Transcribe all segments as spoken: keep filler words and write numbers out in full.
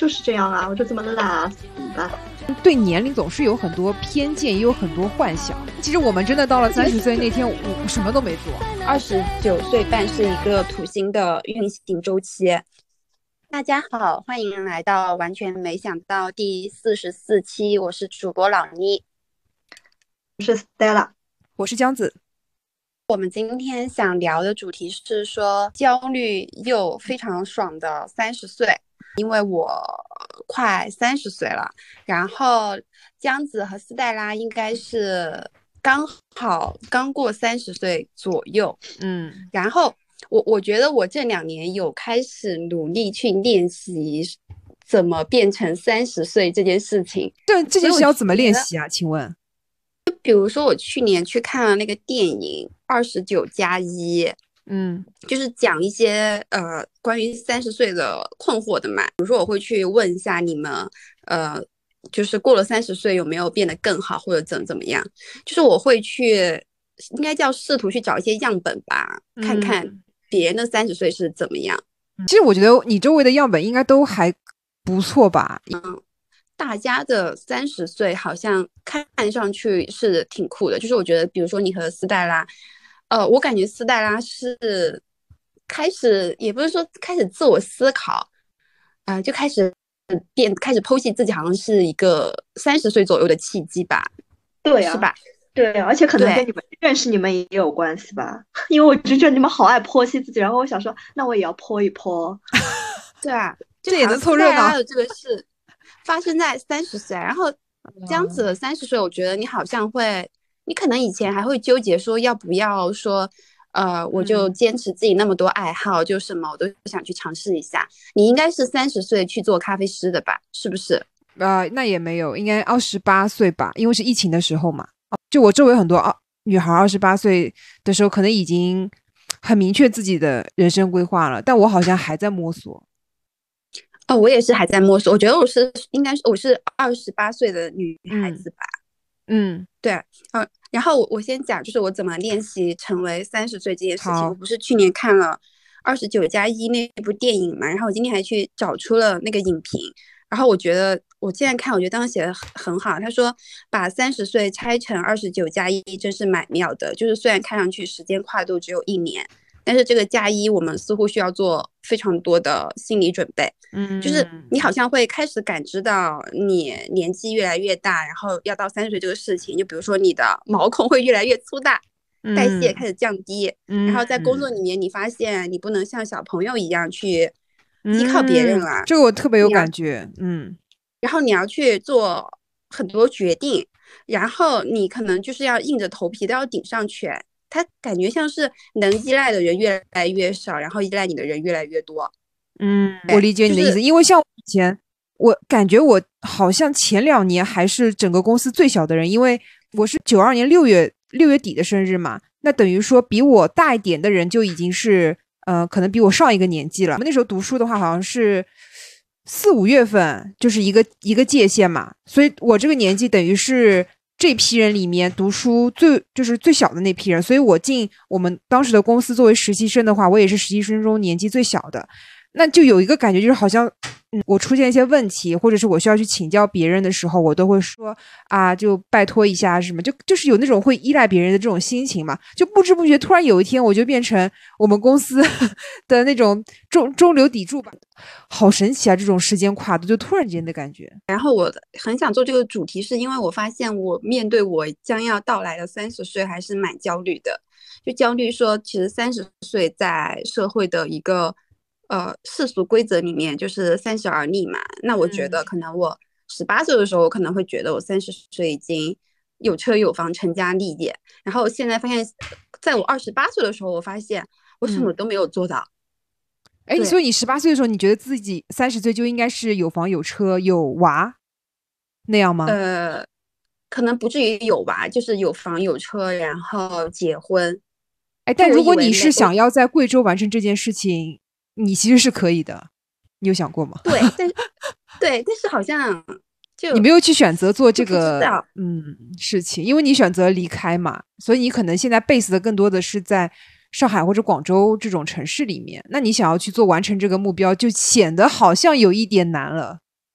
就是这样啊，我就这么懒啊，怎么办？ 对年龄总是有很多偏见，也有很多幻想。其实我们真的到了三十岁那天，我什么都没做。 二十九岁半是一个土星的运行周期。大家好，欢迎来到完全没想到第四十四期，我是主播老妮， 我是 Stella， 我是江子。 我们今天想聊的主题是说焦虑又非常爽的三十岁，因为我快三十岁了，然后江子和斯黛拉应该是刚好刚过三十岁左右， 嗯， 然后我我觉得我这两年有开始努力去练习怎么变成三十岁这件事情。 对，这件事要怎么练习啊？请问？ 比如说我去年去看了那个电影二十九加一， 嗯， 就是讲一些呃关于三十岁的困惑的嘛。比如说我会去问一下你们，呃，就是过了三十岁有没有变得更好，或者怎怎么样？就是我会去，应该叫试图去找一些样本吧， 嗯、 看看别人的三十岁是怎么样。 其实我觉得你周围的样本应该都还不错吧。 嗯。大家的三十岁好像看上去是挺酷的，就是我觉得，比如说你和斯黛拉，呃，我感觉斯黛拉是开始，也不是说开始自我思考，啊、呃，就开始变，开始剖析自己，好像是一个三十岁左右的契机吧？ 对啊， 是吧？ 对啊，而且可能跟你们认识你们也有关系吧，因为我就觉得你们好爱剖析自己，然后我想说，那我也要剖一剖。 对啊， 这也能凑热闹。 的这个是发生在三十岁，然后江子的三十岁，我觉得你好像会，你可能以前还会纠结说要不要说，呃，我就坚持自己那么多爱好，嗯、就什么我都想去尝试一下。你应该是三十岁去做咖啡师的吧？是不是？ 呃，那也没有，应该二十八岁吧，因为是疫情的时候嘛。就我周围很多啊女孩二十八岁的时候，可能已经很明确自己的人生规划了，但我好像还在摸索。 哦，我也是还在摸索。我觉得我是应该是我是二十八岁的女孩子吧。 嗯，嗯对，呃，然后我我先讲，就是我怎么练习成为三十岁这件事情。我不是去年看了二十九加一那部电影嘛，然后我今天还去找出了那个影评，然后我觉得我现在看，我觉得当时写的很好。他说把三十岁拆成二十九加一，真是蛮妙的。就是虽然看上去时间跨度只有一年。但是这个加一，我们似乎需要做非常多的心理准备， 嗯， 就是你好像会开始感知到你年纪越来越大，然后要到三十岁这个事情，就比如说你的毛孔会越来越粗大，代谢开始降低， 嗯、 然后在工作里面你发现你不能像小朋友一样去依靠别人了， 嗯、这个我特别有感觉，嗯， 然后你要去做很多决定，然后你可能就是要硬着头皮都要顶上拳。他感觉像是能依赖的人越来越少，然后依赖你的人越来越多。 嗯，我理解你的意思，就是、因为像我以前，我感觉我好像前两年还是整个公司最小的人，因为我是九二年六月六月底的生日嘛，那等于说比我大一点的人就已经是呃，可能比我上一个年纪了。我们那时候读书的话，好像是四五月份就是一个一个界限嘛，所以我这个年纪等于是。这批人里面读书最就是最小的那批人，所以我进我们当时的公司作为实习生的话，我也是实习生中年纪最小的。那就有一个感觉，就是好像嗯，我出现一些问题，或者是我需要去请教别人的时候，我都会说啊，就拜托一下什么，就就是有那种会依赖别人的这种心情嘛。就不知不觉，突然有一天，我就变成我们公司的那种中中流砥柱吧，好神奇啊！这种时间跨度，就突然间的感觉。 然后我很想做这个主题，是因为我发现我面对我将要到来的三十岁，还是蛮焦虑的。就焦虑说，其实三十岁在社会的一个。呃，世俗规则里面就是三十而立嘛。那我觉得可能我十八岁的时候，我可能会觉得我三十岁已经有车有房成家立业。然后现在发现，在我二十八岁的时候，我发现我什么都没有做到。 哎、嗯，所以你十八岁的时候，你觉得自己三十岁就应该是有房有车有娃那样吗？ 呃，可能不至于有娃，就是有房有车，然后结婚。 哎，但如果你是想要在贵州完成这件事情。你其实是可以的，你有想过吗？ 对，但是对，但是好像就你没有去选择做这个嗯事情，因为你选择离开嘛，所以你可能现在 base 的更多的是在上海或者广州这种城市里面。那你想要去做完成这个目标，就显得好像有一点难了。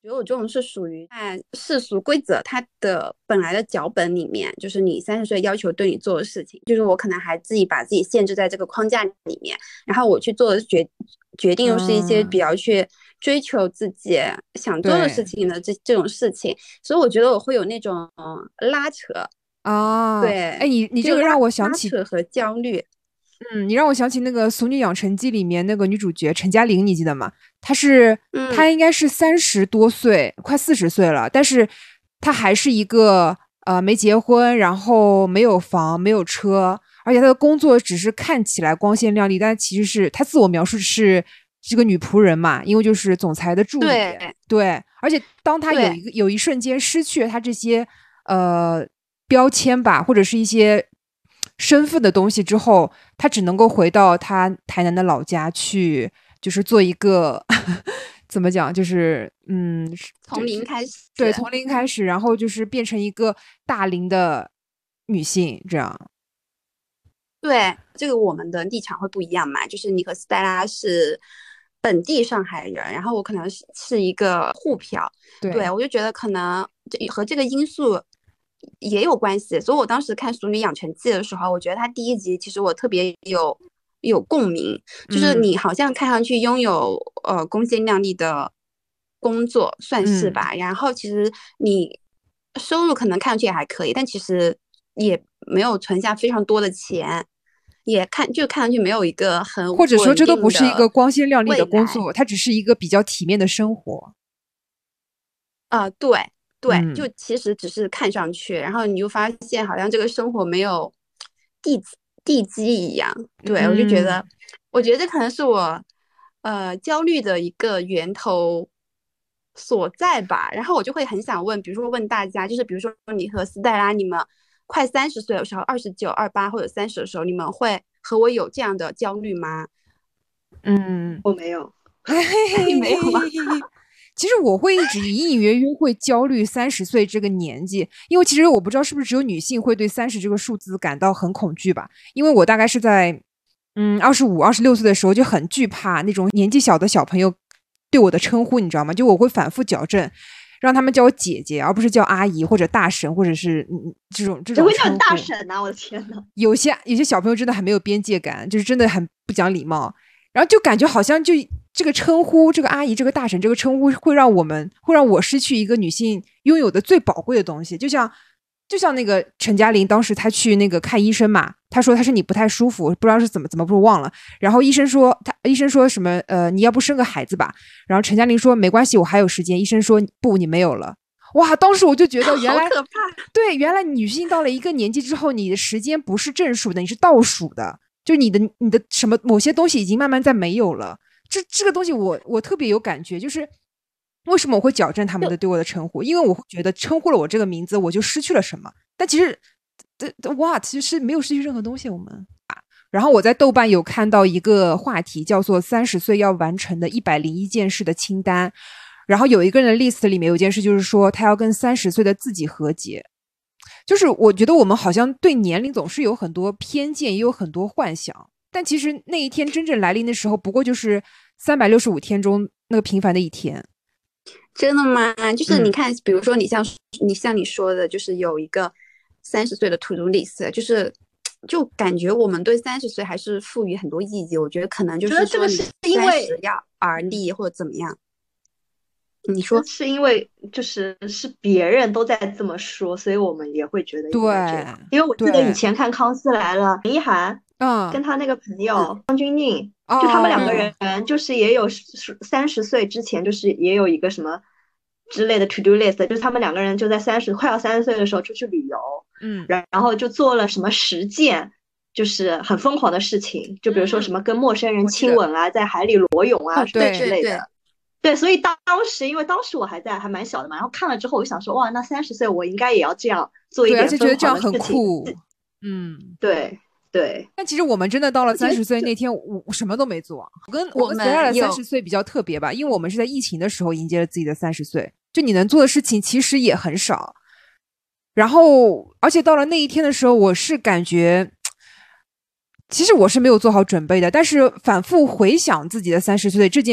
觉得我这种是属于按世俗规则它的本来的脚本里面，就是你三十岁要求对你做的事情，就是我可能还自己把自己限制在这个框架里面，然后我去做的决决定又是一些比较去追求自己想做的事情的这这种事情，所以我觉得我会有那种拉扯啊。 对， 哎，你你这个让我想起拉扯和焦虑。 嗯，你让我想起那个《俗女养成记》里面那个女主角陈嘉玲，你记得吗？她是， 嗯、 她应该是三十多岁，快四十岁了，但是她还是一个呃没结婚，然后没有房，没有车，而且她的工作只是看起来光鲜亮丽，但其实是她自我描述是这个女仆人嘛，因为就是总裁的助理。 对对，而且当她有一个有一瞬间失去了她这些呃标签吧，或者是一些身份的东西之后，他只能够回到他台南的老家去，就是做一个怎么讲，就是嗯， 从零开始， 对，从零开始，然后就是变成一个大龄的女性，这样。 对，这个我们的立场会不一样嘛，就是你和斯黛拉是本地上海人，然后我可能是是一个沪漂， 对， 对我就觉得可能和这个因素也有关系，所以我当时看《俗女养成记》的时候，我觉得它第一集其实我特别有有共鸣，就是你好像看上去拥有、嗯、呃光鲜亮丽的工作，算是吧、嗯、然后其实你收入可能看上去也还可以，但其实也没有存下非常多的钱，也看就看上去没有一个很或者说这都不是一个光鲜亮丽的工作，它只是一个比较体面的生活。 呃，对对、 嗯， 就其实只是看上去，然后你就发现好像这个生活没有地地基一样。对、嗯、我就觉得我觉得这可能是我呃焦虑的一个源头所在吧。然后我就会很想问，比如说问大家，就是比如说你和斯黛拉，你们快三十岁的时候，二十九、二八或者三十的时候，你们会和我有这样的焦虑吗？ 嗯， 我没有。 你没有吗？ 其实我会一直隐隐约约会焦虑三十岁这个年纪，因为其实我不知道是不是只有女性会对三十这个数字感到很恐惧吧。因为我大概是在嗯二十五、二十六岁的时候就很惧怕那种年纪小的小朋友对我的称呼，你知道吗？就我会反复矫正，让他们叫我姐姐，而不是叫阿姨或者大婶，或者是嗯这种这种。 只会叫大婶啊！我的天哪！ 有些有些小朋友真的很没有边界感，就是真的很不讲礼貌。然后就感觉好像就这个称呼，这个阿姨、这个大婶，这个称呼会让我们，会让我失去一个女性拥有的最宝贵的东西。就像，就像那个陈嘉玲当时她去那个看医生嘛，她说她身体不太舒服，不知道是怎么怎么不忘了。然后医生说，他医生说什么？呃，你要不生个孩子吧？然后陈嘉玲说没关系，我还有时间。医生说不，你没有了。哇，当时我就觉得原来好可怕。 对，原来女性到了一个年纪之后，你的时间不是正数的，你是倒数的。就你的你的什么某些东西已经慢慢在没有了，这这个东西我我特别有感觉，就是为什么我会矫正他们的对我的称呼，因为我会觉得称呼了我这个名字，我就失去了什么。但其实这哇，其实没有失去任何东西，我们啊。然后我在豆瓣有看到一个话题，叫做三十岁要完成的一百零一件事的清单，然后有一个人的 list 里面有一件事，就是说他要跟三十岁的自己和解。就是我觉得我们好像对年龄总是有很多偏见，也有很多幻想，但其实那一天真正来临的时候，不过就是三百六十五天中那个平凡的一天。 真的吗？就是你看，嗯、比如说你像你像你说的，就是有一个三十岁的 to do list， 就是就感觉我们对三十岁还是赋予很多意义。我觉得可能就是说你三十要而立或者怎么样。你说是因为就是是别人都在这么说，所以我们也会觉得应该这样。因为我记得以前看《康熙来了》，林一涵嗯跟他那个朋友张钧甯，嗯、就他们两个人就是也有三十岁之前就是也有一个什么之类的 to do list， 就是他们两个人就在三十快要三十岁的时候出去旅游， 嗯， 然后就做了什么十件就是很疯狂的事情，就比如说什么跟陌生人亲吻啊，在海里裸泳啊之类的。对，所以当时因为当时我还在，还蛮小的嘛，然后看了之后，我就想说，哇，那三十岁我应该也要这样做一点疯狂的事情。对，而且觉得这样很酷。嗯， 对对。 但其实我们真的到了三十岁那天，我我什么都没做。我跟我跟 Stella 的三十岁比较特别吧，因为我们是在疫情的时候迎接了自己的三十岁，就你能做的事情其实也很少。然后，而且到了那一天的时候，我是感觉。其实我是没有做好准备的，但是反复回想自己的三十岁这件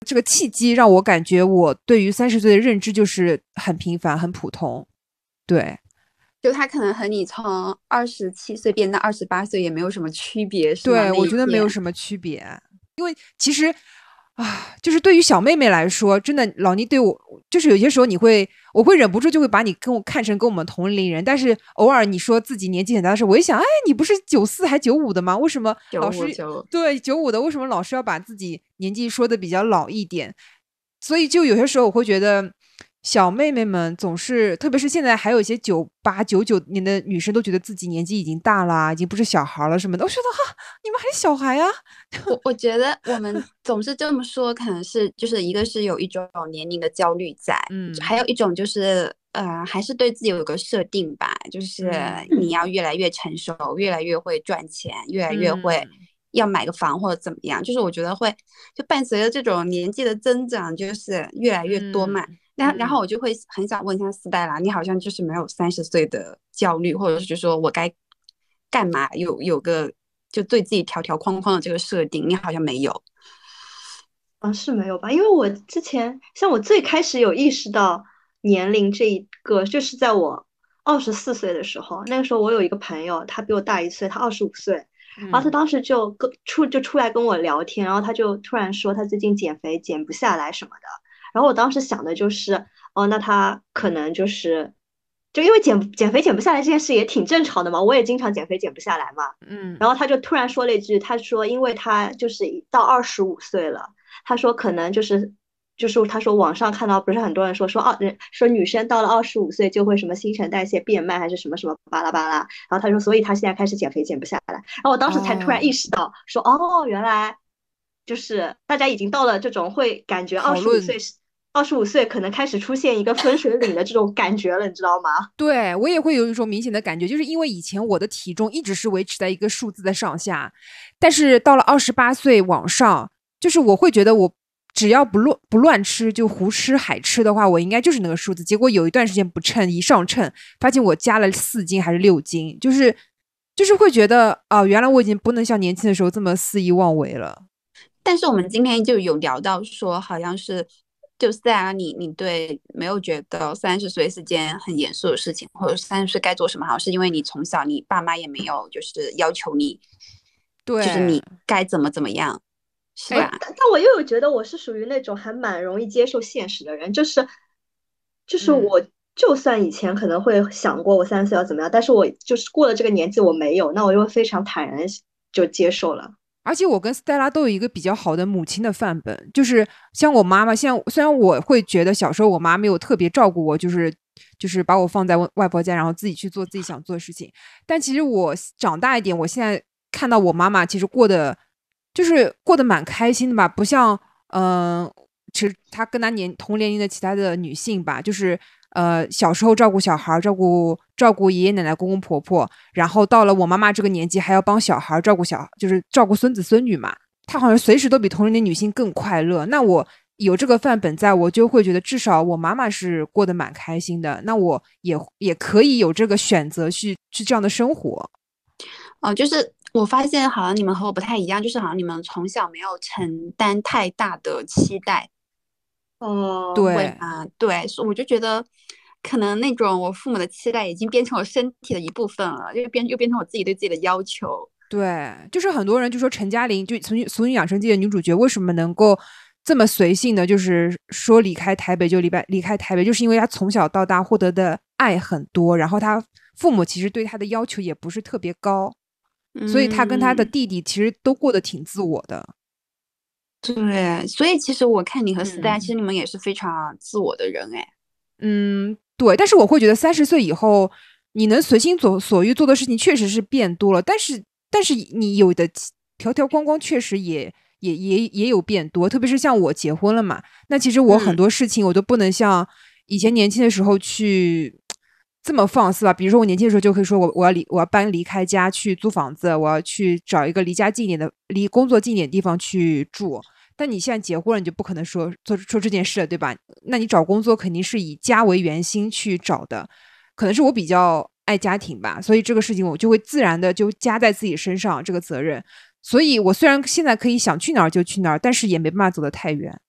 这个契机让我感觉我对于三十岁的认知就是很平凡很普通。对， 就他可能和你从二十七岁变到二十八岁也没有什么区别，是吗？对，我觉得没有什么区别，因为其实啊，就是对于小妹妹来说，真的老倪对我，就是有些时候你会，我会忍不住就会把你跟我看成跟我们同龄人，但是偶尔你说自己年纪很大的时候，我一想，哎，你不是九四还九五的吗？为什么老师对九五的为什么老师要把自己年纪说的比较老一点？所以就有些时候我会觉得。小妹妹们总是，特别是现在还有一些九八九九年的女生，都觉得自己年纪已经大了，已经不是小孩了什么的。我觉得哈，你们还是小孩啊！ 我我觉得我们总是这么说，可能是就是一个是有一种年龄的焦虑在，嗯，还有一种就是呃，还是对自己有个设定吧，就是你要越来越成熟，嗯、越来越会赚钱，越来越会。嗯要买个房或者怎么样，就是我觉得会就伴随着这种年纪的增长，就是越来越多嘛。嗯、然后然后我就会很想问一下斯黛拉，你好像就是没有三十岁的焦虑，或者是就说我该干嘛，有有个就对自己条条框框的这个设定，你好像没有。 啊，是没有吧？因为我之前像我最开始有意识到年龄这一个，就是在我二十四岁的时候，那个时候我有一个朋友，他比我大一岁，他二十五岁。然后他当时就跟出就出来跟我聊天，然后他就突然说他最近减肥减不下来什么的。然后我当时想的就是，哦，那他可能就是，就因为减减肥减不下来这件事也挺正常的嘛，我也经常减肥减不下来嘛。嗯。然后他就突然说了一句，他说因为他就是到二十五岁了，他说可能就是。就是他说网上看到不是很多人说说哦，说女生到了二十五岁就会什么新陈代谢变慢还是什么什么巴拉巴拉，然后他说所以他现在开始减肥减不下来，然后我当时才突然意识到说哦，原来就是大家已经到了这种会感觉二十五岁二十五岁可能开始出现一个分水岭的这种感觉了，你知道吗？ 对，我也会有一种明显的感觉，就是因为以前我的体重一直是维持在一个数字的上下，但是到了二十八岁往上，就是我会觉得我。只要不乱不乱吃，就胡吃海吃的话，我应该就是那个数字。结果有一段时间不称，一上称，发现我加了四斤还是六斤，就是就是会觉得啊、呃，原来我已经不能像年轻的时候这么肆意妄为了。 但是我们今天就有聊到说，好像是就是啊，你你对没有觉得三十岁是件很严肃的事情，或者三十岁该做什么，好像是因为你从小你爸妈也没有就是要求你， 对， 就是你该怎么怎么样。是吧？ 但但我又有觉得我是属于那种还蛮容易接受现实的人，就是就是我就算以前可能会想过我三十岁要怎么样，但是我就是过了这个年纪我没有，那我就会非常坦然就接受了。 而且我跟斯黛拉都有一个比较好的母亲的范本，就是像我妈妈，像虽然我会觉得小时候我妈没有特别照顾我，就是就是把我放在外婆家，然后自己去做自己想做的事情，但其实我长大一点，我现在看到我妈妈其实过得。就是过得蛮开心的吧，不像嗯、呃，其实她跟她年同年龄的其他的女性吧，就是呃小时候照顾小孩，照顾照顾爷爷奶奶、公公婆婆，然后到了我妈妈这个年纪，还要帮小孩照顾小，就是照顾孙子孙女嘛。她好像随时都比同龄的女性更快乐。那我有这个范本在，我就会觉得至少我妈妈是过得蛮开心的，那我也也可以有这个选择去去这样的生活。 哦，就是我发现好像你们和我不太一样，就是好像你们从小没有承担太大的期待。 哦， 对啊，对，我就觉得可能那种我父母的期待已经变成我身体的一部分了，又变又变成我自己对自己的要求。 对，就是很多人就说陈嘉玲，就从《俗女养成记》的女主角，为什么能够这么随性的，就是说离开台北就离开离开台北，就是因为她从小到大获得的爱很多，然后她父母其实对她的要求也不是特别高。所以他跟他的弟弟其实都过得挺自我的。 对，所以其实我看你和斯黛、嗯，其实你们也是非常自我的人哎。 嗯，对，但是我会觉得三十岁以后，你能随心所所欲做的事情确实是变多了，但是但是你有的条条框框确实也也也也有变多，特别是像我结婚了嘛，那其实我很多事情我都不能像以前年轻的时候去。这么放肆吧，比如说我年轻的时候就可以说我我要离我要搬离开家去租房子，我要去找一个离家近一点的离工作近一点的地方去住。但你现在结婚了，你就不可能说做说这件事，对吧？那你找工作肯定是以家为圆心去找的，可能是我比较爱家庭吧，所以这个事情我就会自然的就加在自己身上这个责任。所以我虽然现在可以想去哪儿就去哪儿，但是也没办法走得太远。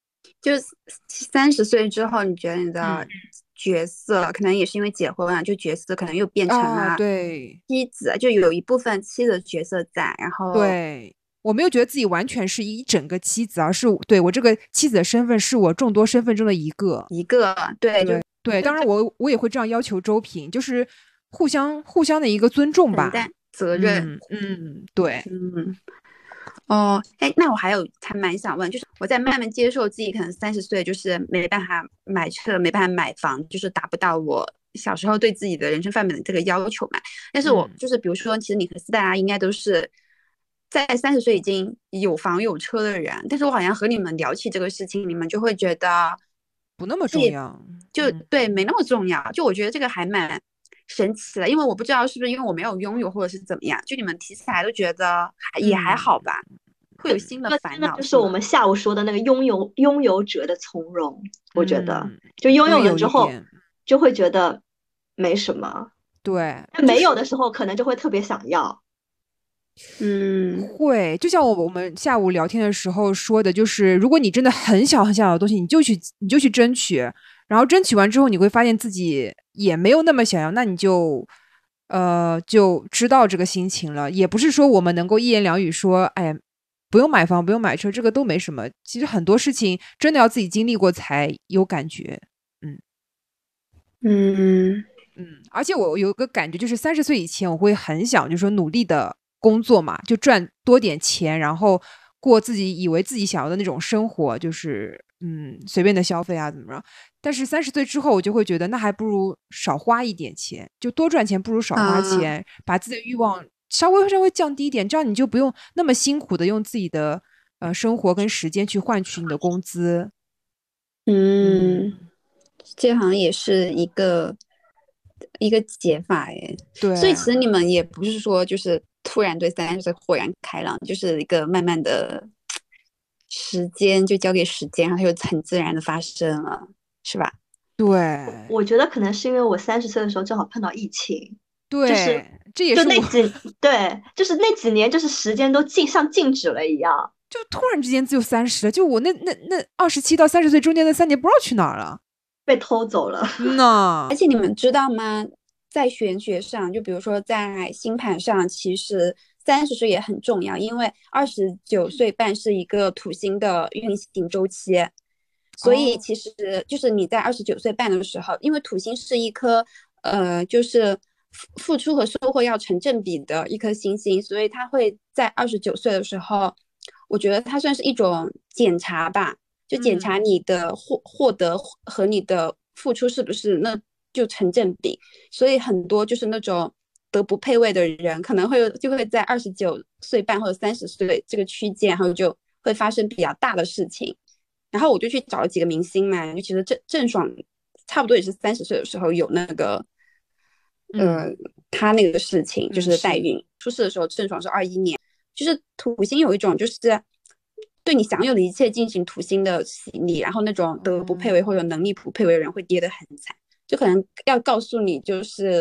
就是三十岁之后，你觉得你的角色、嗯、可能也是因为结婚啊，就角色可能又变成了、 啊、对妻子，就有一部分妻子的角色在，然后对。我没有觉得自己完全是一整个妻子，而是对我这个妻子的身份是我众多身份中的一个一个，对对对。当然我我也会这样要求周平，就是互相互相的一个尊重吧， 承担责任。 嗯嗯，对， 嗯。哦，哎，那我还有还蛮想问，就是我在慢慢接受自己可能三十岁就是没办法买车，没办法买房，就是达不到我小时候对自己的人生范本的这个要求嘛。但是我就是比如说，其实你和斯黛拉应该都是在三十岁已经有房有车的人，但是我好像和你们聊起这个事情，你们就会觉得不那么重要， 就对，没那么重要。就我觉得这个还蛮神奇的，因为我不知道是不是因为我没有拥有，或者是怎么样，就你们提起来都觉得还也还好吧。嗯，会有新的烦恼， 就是我们下午说的那个拥有拥有者的从容。我觉得就拥有了之后就会觉得没什么， 对， 但没有的时候可能就会特别想要。 嗯， 会，就像我我们下午聊天的时候说的，就是如果你真的很小很小的东西，你就去你就去争取，然后争取完之后，你会发现自己也没有那么想要，那你就呃就知道这个心情了。也不是说我们能够一言两语说，哎，不用买房，不用买车，这个都没什么。其实很多事情真的要自己经历过才有感觉。嗯嗯嗯，而且我有个感觉，就是三十岁以前，我会很想，就是说努力的工作嘛，就赚多点钱，然后过自己以为自己想要的那种生活，就是嗯随便的消费啊，怎么着。但是三十岁之后，我就会觉得，那还不如少花一点钱，就多赚钱不如少花钱，啊、把自己的欲望稍微稍微降低一点，这样你就不用那么辛苦的用自己的呃生活跟时间去换取你的工资。 嗯，嗯这好像也是一个一个解法哎。 对， 所以其实你们也不是说就是突然对三十岁豁然开朗，就是一个慢慢的时间就交给时间，然后它就很自然的发生了，是吧？ 对， 我觉得可能是因为我三十岁的时候正好碰到疫情， 对， 就是这也是就那几对，就是那几年，就是时间都静像静止了一样， 就突然之间就三十了，就我那那那二十七到三十岁中间的三年不知道去哪儿了， 被偷走了。 那而且你们知道吗？在玄学上，就比如说在星盘上，其实三十岁也很重要，因为二十九岁半是一个土星的运行周期。所以其实就是你在二十九岁半的时候，因为土星是一颗呃，就是付出和收获要成正比的一颗星星，所以它会在二十九岁的时候，我觉得它算是一种检查吧，就检查你的获获得和你的付出是不是那就成正比。所以很多就是那种德不配位的人，可能会就会在二十九岁半或者三十岁这个区间，然后就会发生比较大的事情。然后我就去找了几个明星嘛，就其实郑郑爽差不多也是三十岁的时候有那个，呃，嗯、他那个事情就是代孕、嗯、出事的时候，郑爽是二一年，就是土星有一种就是对你享有的一切进行土星的洗礼，然后那种德不配位或者能力不配位的人会跌得很惨，就可能要告诉你就是，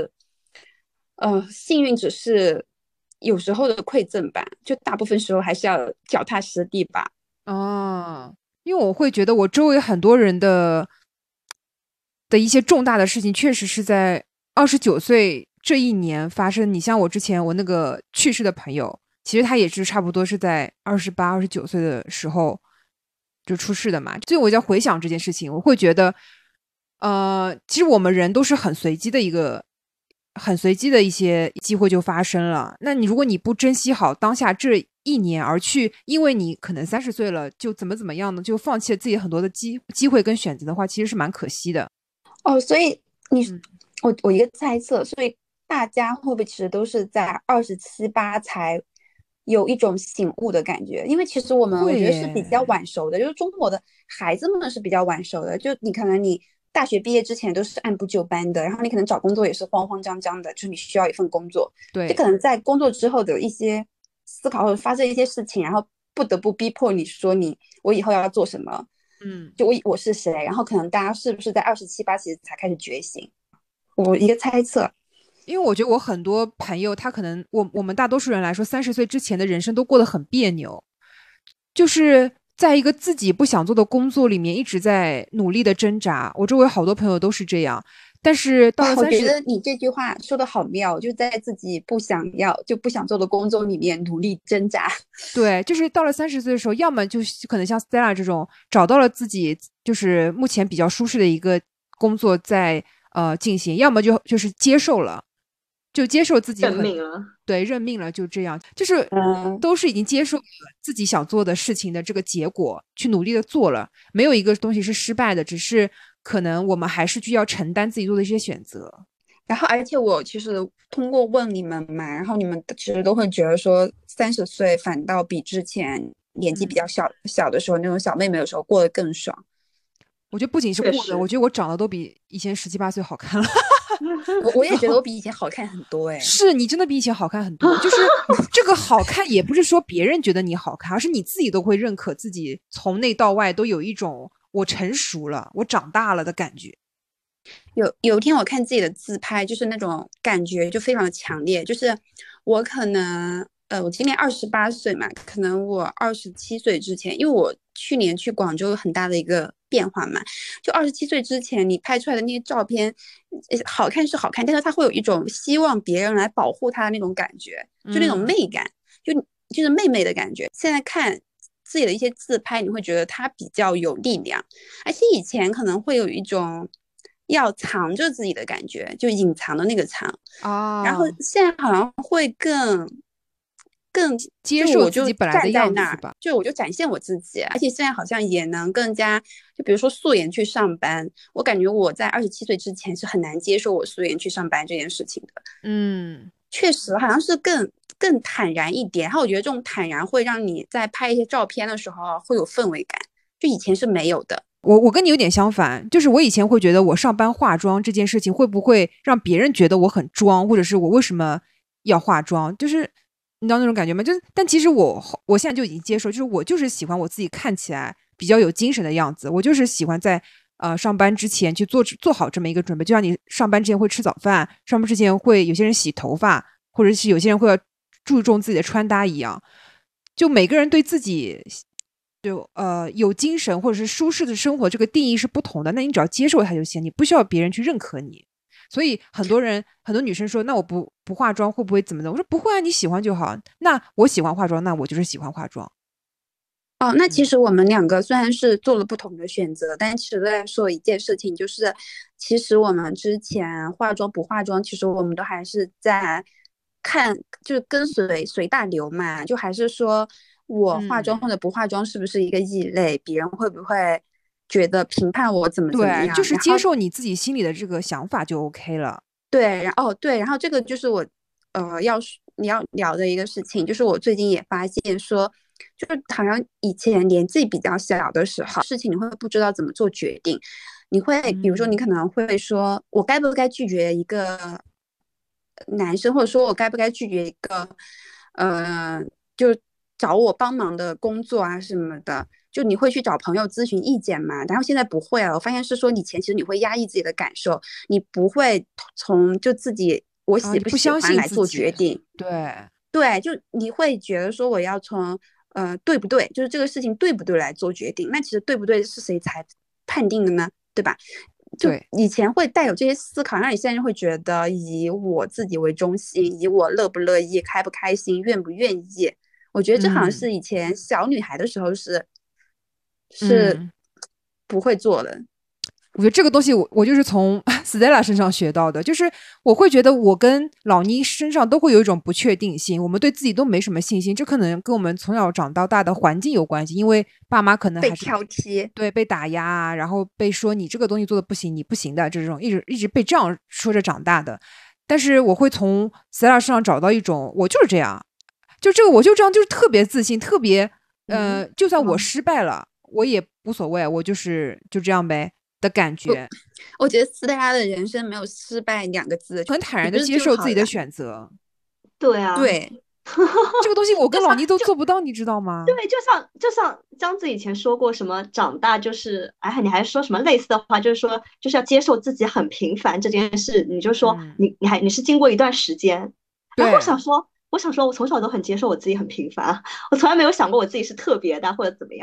呃，幸运只是有时候的馈赠吧，就大部分时候还是要脚踏实地吧。 哦。因为我会觉得我周围很多人的的一些重大的事情，确实是在二十九岁这一年发生。你像我之前我那个去世的朋友，其实他也是差不多是在二十八、二十九岁的时候就出事的嘛。所以我在回想这件事情，我会觉得，呃，其实我们人都是很随机的一个。很随机的一些机会就发生了。那你如果你不珍惜好当下这一年，而去因为你可能三十岁了就怎么怎么样呢，就放弃了自己很多的机机会跟选择的话，其实是蛮可惜的。 哦，所以你、嗯、我我一个猜测，所以大家会不会其实都是在二十七八才有一种醒悟的感觉？因为其实我们我觉得是比较晚熟的，就是中国的孩子们是比较晚熟的，就你可能你。大学毕业之前都是按部就班的，然后你可能找工作也是慌慌张张的，就是你需要一份工作。 对， 就可能在工作之后的一些思考或者发生一些事情，然后不得不逼迫你说你我以后要做什么， 嗯， 就我我是谁，然后可能大家是不是在二十七八其实才开始觉醒？我一个猜测， 因为我觉得我很多朋友，他可能我我们大多数人来说，三十岁之前的人生都过得很别扭，就是在一个自己不想做的工作里面一直在努力的挣扎。我周围好多朋友都是这样，但是到了三十， 我觉得你这句话说的好妙，就在自己不想要就不想做的工作里面努力挣扎。 对，就是到了三十岁的时候，要么就可能像 Stella 这种找到了自己就是目前比较舒适的一个工作在呃进行，要么就就是接受了，就接受自己认命了， 对，认命了，就这样，就是都是已经接受了自己想做的事情的这个结果，去努力的做了，没有一个东西是失败的，只是可能我们还是需要承担自己做的一些选择。 然后而且我其实通过问你们嘛，然后你们其实都会觉得说三十岁反倒比之前年纪比较小、嗯、小的时候那种小妹妹的时候过得更爽。 我觉得不仅是过得，我觉得我长得都比以前十七八岁好看了。 我我也觉得我比以前好看很多哎。 是你真的比以前好看很多，就是这个好看也不是说别人觉得你好看，而是你自己都会认可自己从内到外都有一种我成熟了，我长大了的感觉。 有有一天我看自己的自拍，就是那种感觉就非常的强烈，就是我可能呃我今年二十八岁嘛，可能我二十七岁之前，因为我去年去广州有很大的一个变化嘛，就二十七岁之前你拍出来的那些照片好看是好看，但是它会有一种希望别人来保护它的那种感觉，就那种媚感、嗯、就就是媚媚的感觉。现在看自己的一些自拍，你会觉得它比较有力量，而且以前可能会有一种要藏着自己的感觉，就隐藏的那个藏、 哦、 然后现在好像会更更接受自己本来的样子吧， 就我就展现我自己，而且现在好像也能更加，就比如说素颜去上班，我感觉我在二十七岁之前是很难接受我素颜去上班这件事情的。 嗯， 确实好像是更更坦然一点，然后我觉得这种坦然会让你在拍一些照片的时候会有氛围感，就以前是没有的。 我我跟你有点相反，就是我以前会觉得我上班化妆这件事情会不会让别人觉得我很装，或者是我为什么要化妆，就是你知道那种感觉吗？就是但其实我我现在就已经接受，就是我就是喜欢我自己看起来比较有精神的样子，我就是喜欢在呃上班之前去做做好这么一个准备，就像你上班之前会吃早饭，上班之前会有些人洗头发，或者是有些人会要注重自己的穿搭一样，就每个人对自己就呃有精神或者是舒适的生活这个定义是不同的，那你只要接受它就行，你不需要别人去认可你。所以很多人很多女生说那我不不化妆会不会怎么的，我说不会啊，你喜欢就好，那我喜欢化妆，那我就是喜欢化妆。 哦，那其实我们两个虽然是做了不同的选择、嗯、但其实在说一件事情，就是其实我们之前化妆不化妆，其实我们都还是在看，就是跟随随大流嘛，就还是说我化妆或者不化妆是不是一个异类、嗯、别人会不会觉得评判我怎么怎么样， 对，就是接受你自己心里的这个想法就 OK 了。 对，然后、哦、对，然后这个就是我呃要你要聊的一个事情，就是我最近也发现说，就是好像以前年纪比较小的时候，事情你会不知道怎么做决定，你会比如说你可能会说、嗯、我该不该拒绝一个男生，或者说我该不该拒绝一个呃就找我帮忙的工作啊什么的，就你会去找朋友咨询意见嘛。然后现在不会了，我发现是说以前其实你会压抑自己的感受，你不会从就自己我喜不喜欢来做决定、 啊、对对，就你会觉得说我要从呃对不对，就是这个事情对不对来做决定，那其实对不对是谁才判定的呢，对吧？就以前会带有这些思考，让你现在会觉得以我自己为中心，以我乐不乐意、开不开心、愿不愿意，我觉得这好像是以前小女孩的时候是、嗯、是不会做的。 我觉得这个东西我我就是从 Stella 身上学到的，就是我会觉得我跟老倪身上都会有一种不确定性，我们对自己都没什么信心，这可能跟我们从小长到大的环境有关系，因为爸妈可能还是被挑剔， 对，被打压啊，然后被说你这个东西做的不行，你不行的，这种一直一直被这样说着长大的。但是我会从 Stella 身上找到一种我就是这样，就这个我就这样，就是特别自信，特别呃、嗯，就算我失败了、嗯、我也无所谓，我就是就这样呗的感觉。 我, 我觉得斯黛拉的人生没有失败两个字， 很坦然的接受自己的选择。 对啊， 对这个东西我跟老倪都做不到，你知道吗？ 对，就像就像张子以前说过什么长大就是哎，你还说什么类似的话，就是说就是要接受自己很平凡这件事，你就说、嗯、你你还你是经过一段时间，然后我想说我想说我从小都很接受我自己很平凡，我从来没有想过我自己是特别的或者怎么样。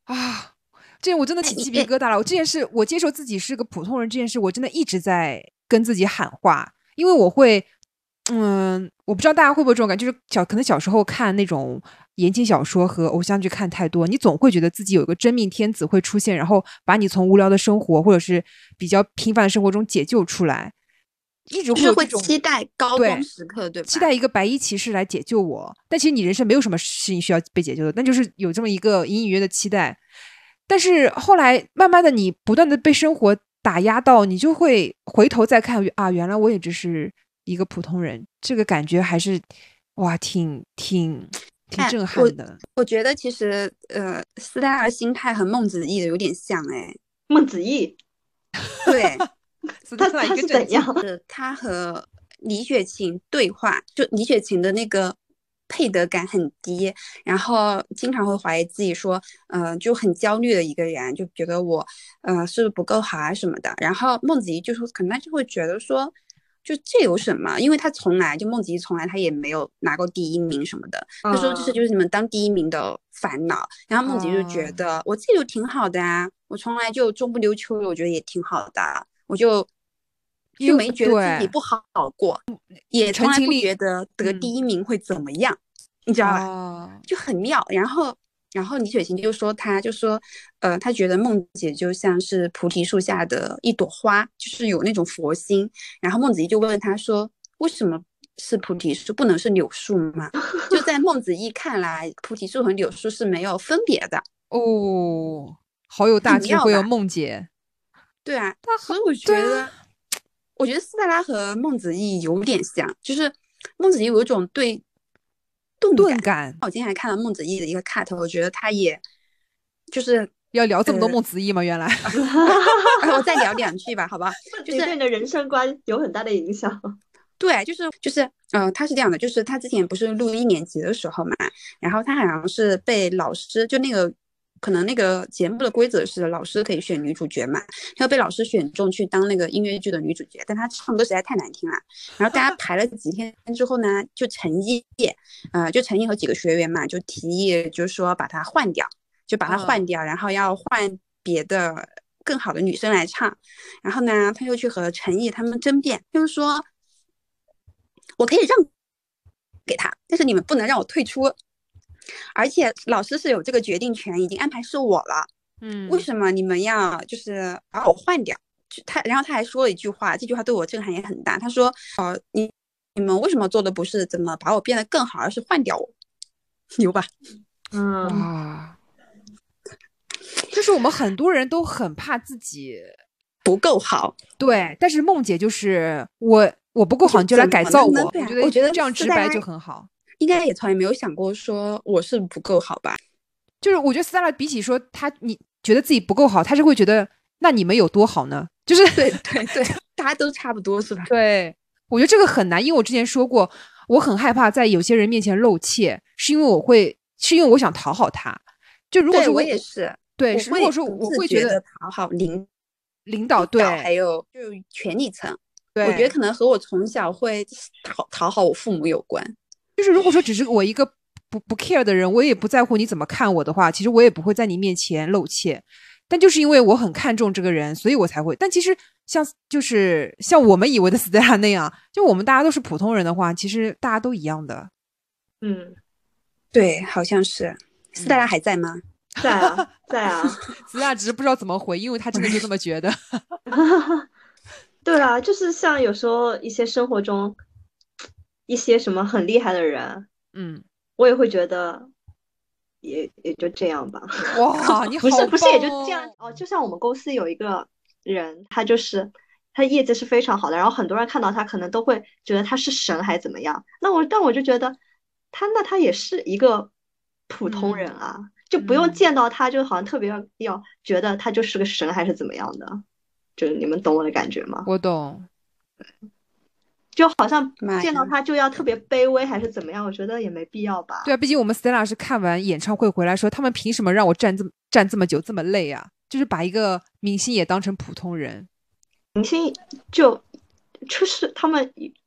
啊，这我真的起鸡皮疙瘩了。我这件事，我接受自己是个普通人这件事，我真的一直在跟自己喊话，因为我会，嗯，我不知道大家会不会这种感觉，就是小可能小时候看那种言情小说和偶像剧看太多，你总会觉得自己有一个真命天子会出现，然后把你从无聊的生活或者是比较平凡的生活中解救出来。一直会有会期待高光时刻， 对, 对吧？ 期待一个白衣骑士来解救我，但其实你人生没有什么事情需要被解救的，但就是有这么一个隐隐约约的期待。但是后来慢慢的你不断的被生活打压到，你就会回头再看啊，原来我也只是一个普通人，这个感觉还是哇挺挺挺震撼的。 哎、我, 我觉得其实呃斯黛拉的心态和孟子义的有点像。哎， 孟子义对他他是怎样？ 他和李雪琴对话，就李雪琴的那个配得感很低，然后经常会怀疑自己说呃就很焦虑的一个人，就觉得我呃是不是不够好啊什么的。然后孟子义就说可能他就会觉得说就这有什么，因为他从来就孟子义从来他也没有拿过第一名什么的，他说这是就是你们当第一名的烦恼。然后孟子义就觉得我自己就挺好的啊，我从来就中不溜秋的，我觉得也挺好的，我就就没觉得自己不好过，也从来不觉得得第一名会怎么样，你知道吧？ 哦、 就很妙。然后然后李雪琴就说他就说呃，他觉得孟姐就像是菩提树下的一朵花，就是有那种佛心。然后孟子义就问他说为什么是菩提树不能是柳树吗？就在孟子义看来菩提树和柳树是没有分别的。 哦，好有大智慧哦，孟姐。 对啊，所以我觉得、啊、我觉得斯黛拉和孟子义有点像，就是孟子义有一种对钝感, 钝感。 我今天还看了孟子义的一个 cut， 我觉得他也就是要聊这么多孟子义吗、呃、原来我再聊两句吧好吧， 就是对你的人生观有很大的影响。 对，就是就是呃，他是这样的，就是他之前不是录一年级的时候嘛，然后他好像是被老师就那个可能那个节目的规则是老师可以选女主角嘛，然后被老师选中去当那个音乐剧的女主角，但她唱歌实在太难听了，然后大家排了几天之后呢，就陈毅呃，就陈毅和几个学员嘛就提议就是说把她换掉，就把她换掉、嗯、然后要换别的更好的女生来唱。然后呢他又去和陈毅他们争辩，就是说我可以让给他，但是你们不能让我退出，而且老师是有这个决定权，已经安排是我了，嗯，为什么你们要就是把我换掉？他然后他还说了一句话，这句话对我震撼也很大，他说呃你你们为什么做的不是怎么把我变得更好，而是换掉我？牛吧？ 嗯，哇，就是我们很多人都很怕自己不够好， 对，但是孟姐就是我我不够好，你就来改造我， 我觉得我觉得这样直白就很好。 应该也从来没有想过说我是不够好吧？ 就是我觉得斯黛拉比起说他你觉得自己不够好，他是会觉得那你们有多好呢？就是对对对，大家都差不多是吧？ 对，我觉得这个很难，因为我之前说过，我很害怕在有些人面前露怯，是因为我会是因为我想讨好他。就如果说我, 我也是， 对，如果说我会觉得讨好领领导，对， 还有就是权力层， 对， 我觉得可能和我从小会讨讨好我父母有关。 就是如果说只是我一个不不 care 的人，我也不在乎你怎么看我的话，其实我也不会在你面前露怯。但就是因为我很看重这个人，所以我才会。但其实像就是像我们以为的斯黛拉那样，就我们大家都是普通人的话，其实大家都一样的。 嗯， 对，好像是。斯黛拉还在吗？ 在啊，在啊。 斯黛拉只是不知道怎么回，因为他真的就这么觉得。 对啊，就是像有时候一些生活中一些什么很厉害的人， 嗯， 我也会觉得也也就这样吧。 哇，你好、哦、 不是不是也就这样哦。就像我们公司有一个人，他就是他业绩是非常好的，然后很多人看到他可能都会觉得他是神还怎么样。那我但我就觉得他那他也是一个普通人啊，嗯、就不用见到他就好像特别要要觉得他就是个神还是怎么样的。就是你们懂我的感觉吗？ 我懂。 就好像见到他就要特别卑微还是怎么样，我觉得也没必要吧。 对啊，毕竟我们 Stella 是看完演唱会回来说，他们凭什么让我站这么站这么久这么累啊？就是把一个明星也当成普通人。 明星就就是他们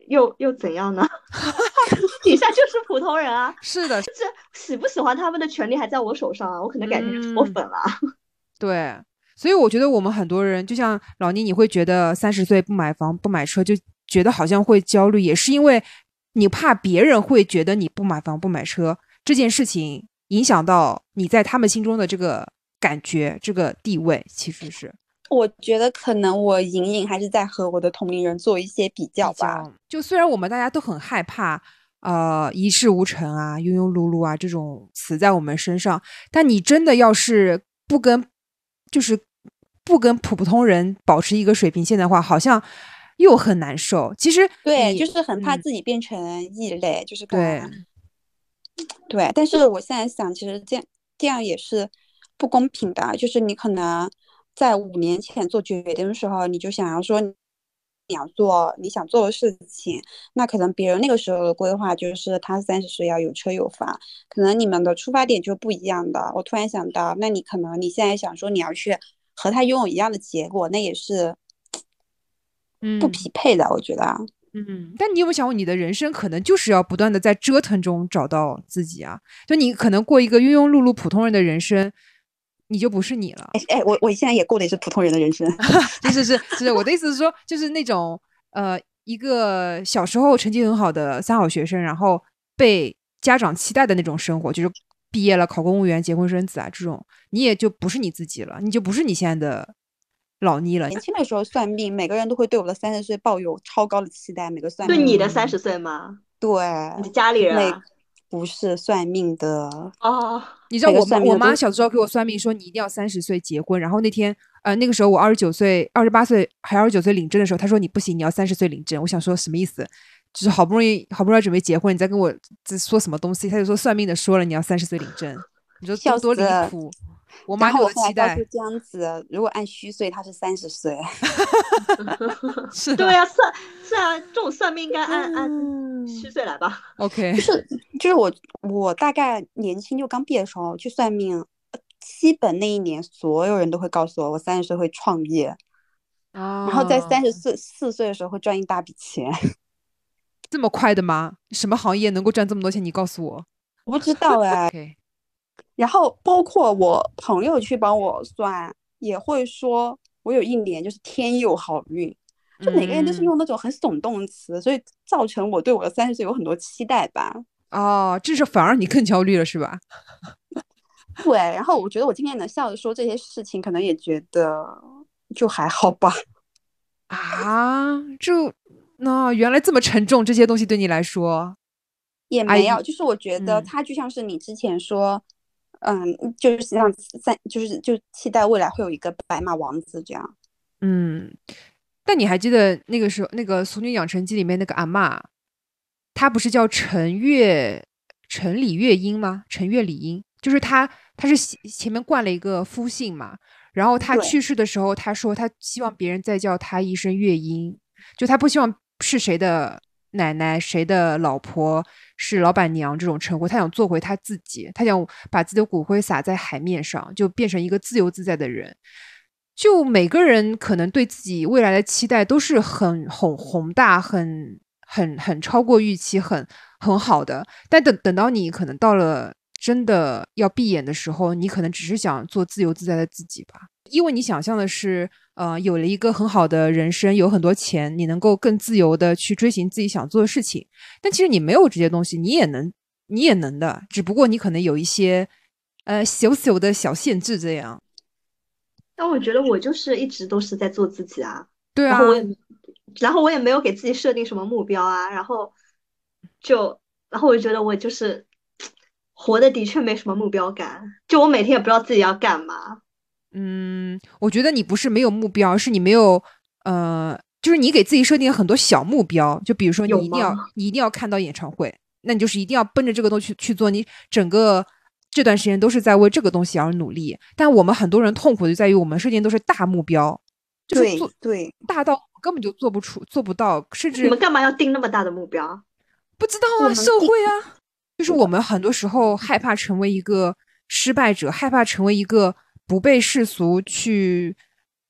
又又怎样呢？底下就是普通人啊。 是的， 这喜不喜欢他们的权利还在我手上啊，我可能改天就脱粉了。 嗯、对，所以我觉得我们很多人，就像老倪，你会觉得三十岁不买房不买车就觉得好像会焦虑，也是因为你怕别人会觉得你不买房不买车这件事情影响到你在他们心中的这个感觉，这个地位。其实是我觉得可能我隐隐还是在和我的同龄人做一些比较吧。 就虽然我们大家都很害怕呃一事无成啊庸庸碌碌啊这种词在我们身上，但你真的要是不跟就是不跟普通人保持一个水平线的话，好像又很难受。其实对，就是很怕自己变成异类、嗯、就是对对，但是我现在想其实这样这样也是不公平的，就是你可能在五年前做决定的时候，你就想要说你要做你想做的事情，那可能别人那个时候的规划就是他三十岁要有车有房，可能你们的出发点就不一样的。我突然想到，那你可能你现在想说你要去和他拥有一样的结果，那也是不匹配的、嗯、我觉得。 嗯，但你有没有想过，你的人生可能就是要不断的在折腾中找到自己啊？就你可能过一个庸庸碌碌普通人的人生，你就不是你了。 哎，我我现在也过的也是普通人的人生。 是是是是，我的意思是说，就是那种呃，一个小时候成绩很好的三好学生，然后被家长期待的那种生活，就是毕业了考公务员、结婚生子啊，这种你也就不是你自己了，你就不是你现在的老妮了。 年轻的时候算命，每个人都会对我的三十岁抱有超高的期待，每个算命对你的三十岁吗？ 对， 你的家里人啊？ 不是算命的哦。 你知道我妈我妈小时候给我算命说你一定要三十岁结婚，然后那天呃那个时候我二十九岁二十八岁还二十九岁领证的时候，她说你不行，你要三十岁领证。我想说什么意思？就是好不容易好不容易准备结婚，你再跟我在说什么东西？他就说算命的说了你要三十岁领证，你说多多离谱。我妈对我的期待这样子，如果按虚岁，他是三十岁。 是对啊，算是啊，这种算命应该按、嗯、按虚岁来吧。 OK， 就是就是我我大概年轻就刚毕业的时候去算命，基本那一年所有人都会告诉我，我三十岁会创业， 哦， 然后在三十四四岁的时候会赚一大笔钱。 这么快的吗？什么行业能够赚这么多钱？你告诉我。 我不知道哎。 okay. 然后包括我朋友去帮我算，也会说我有一年就是天佑好运，就每个人都是用那种很耸动的词、嗯、所以造成我对我的三十岁有很多期待吧。 哦，这是反而你更焦虑了是吧？ 对，然后我觉得我今天能笑着说这些事情，可能也觉得就还好吧。 啊，就那、哦、原来这么沉重，这些东西对你来说也没有，就是我觉得它就像是你之前说。嗯，就是像三，就是就期待未来会有一个白马王子这样。 嗯，但你还记得那个时候那个《俗女养成记》里面那个阿嬷，她不是叫陈月陈李月英吗？陈月李英，就是她，她是前面冠了一个夫姓嘛。然后她去世的时候，她说她希望别人再叫她一声月英，就她不希望是谁的奶奶、谁的老婆。是老板娘这种称呼，他想做回他自己，他想把自己的骨灰撒在海面上，就变成一个自由自在的人。就每个人可能对自己未来的期待都是很很宏大、很很很超过预期、很很好的。但等等到你可能到了真的要闭眼的时候，你可能只是想做自由自在的自己吧，因为你想象的是。呃，有了一个很好的人生，有很多钱，你能够更自由的去追寻自己想做的事情。但其实你没有这些东西，你也能，你也能的，只不过你可能有一些呃小小的小限制这样。 但我觉得我就是一直都是在做自己啊， 对啊， 然后我也，然后我也没有给自己设定什么目标啊，然后就，然后我就觉得我就是活的的确没什么目标感，就我每天也不知道自己要干嘛。 嗯，我觉得你不是没有目标，是你没有呃，就是你给自己设定很多小目标，就比如说你一定要你一定要看到演唱会，那你就是一定要奔着这个东西去去做，你整个这段时间都是在为这个东西而努力。但我们很多人痛苦就在于我们设定都是大目标，就是做对大到根本就做不出做不到，甚至你们干嘛要定那么大的目标？ 不知道啊，社会啊，就是我们很多时候害怕成为一个失败者，害怕成为一个不被世俗去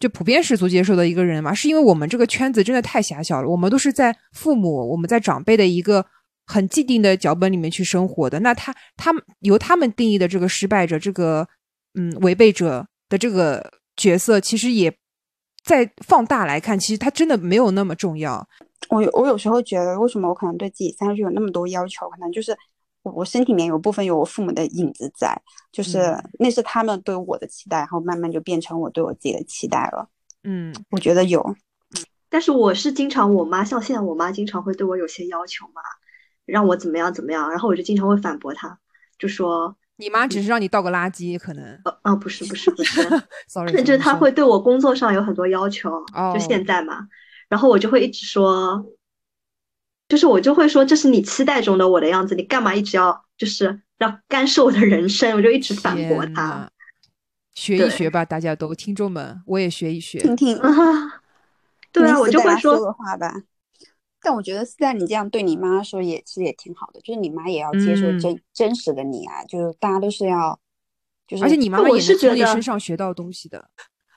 就普遍世俗接受的一个人嘛，是因为我们这个圈子真的太狭小了，我们都是在父母我们在长辈的一个很既定的脚本里面去生活的，那他他们由他们定义的这个失败者，这个嗯违背者的这个角色，其实也在放大来看，其实他真的没有那么重要。 我有我有时候觉得，为什么我可能对自己三十岁有那么多要求，可能就是我我身体里面有部分有我父母的影子在，就是那是他们对我的期待，然后慢慢就变成我对我自己的期待了。 嗯， 我觉得有。 但是我是经常，我妈像现在我妈经常会对我有些要求嘛，让我怎么样怎么样，然后我就经常会反驳她，就说你妈只是让你倒个垃圾，可能呃啊不是不是不是 ，sorry， 甚至她会对我工作上有很多要求，就现在嘛，然后我就会一直说，就是我就会说这是你期待中的我的样子，你干嘛一直要就是要干涉我的人生，我就一直反驳她。 学一学吧，大家都听众们，我也学一学， 听听。 对啊，我就会说的话吧。但我觉得现在你这样对你妈说也其实也挺好的，就是你妈也要接受真、嗯、真实的你啊，就是大家都是要，就是而且你妈妈也是从你身上学到东西的。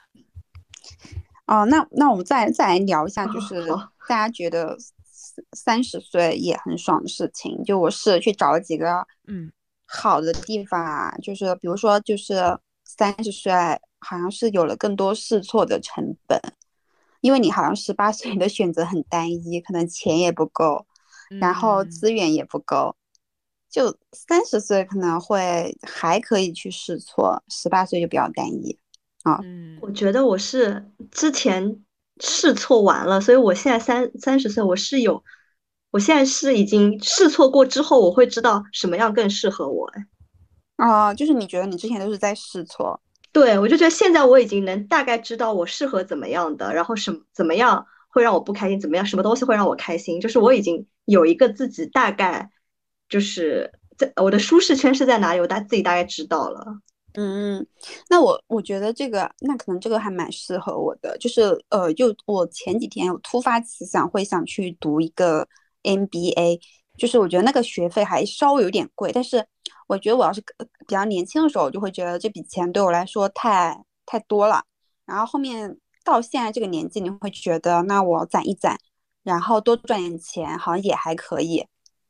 哦，那那我们再再来聊一下，就是大家觉得三十岁也很爽的事情。就我试着去找了几个嗯好的地方啊，嗯、就是比如说就是三十岁好像是有了更多试错的成本。因为你好像十八岁的选择很单一，可能钱也不够，然后资源也不够，嗯、就三十岁可能会还可以去试错，十八岁就比较单一啊。 嗯，我觉得我是之前试错完了，所以我现在三三十岁，我是有，我现在是已经试错过之后，我会知道什么样更适合我。哎， 啊，就是你觉得你之前都是在试错。 对，我就觉得现在我已经能大概知道我适合怎么样的，然后什么怎么样会让我不开心，怎么样什么东西会让我开心，就是我已经有一个自己大概就是在我的舒适圈是在哪里，我大自己大概知道了。 嗯，那我我觉得这个那可能这个还蛮适合我的，就是呃，就我前几天有突发奇想，会想去读一个 M B A， 就是我觉得那个学费还稍微有点贵，但是我觉得我要是比较年轻的时候，我就会觉得这笔钱对我来说太太多了。然后后面到现在这个年纪，你会觉得那我攒一攒，然后多赚点钱，好像也还可以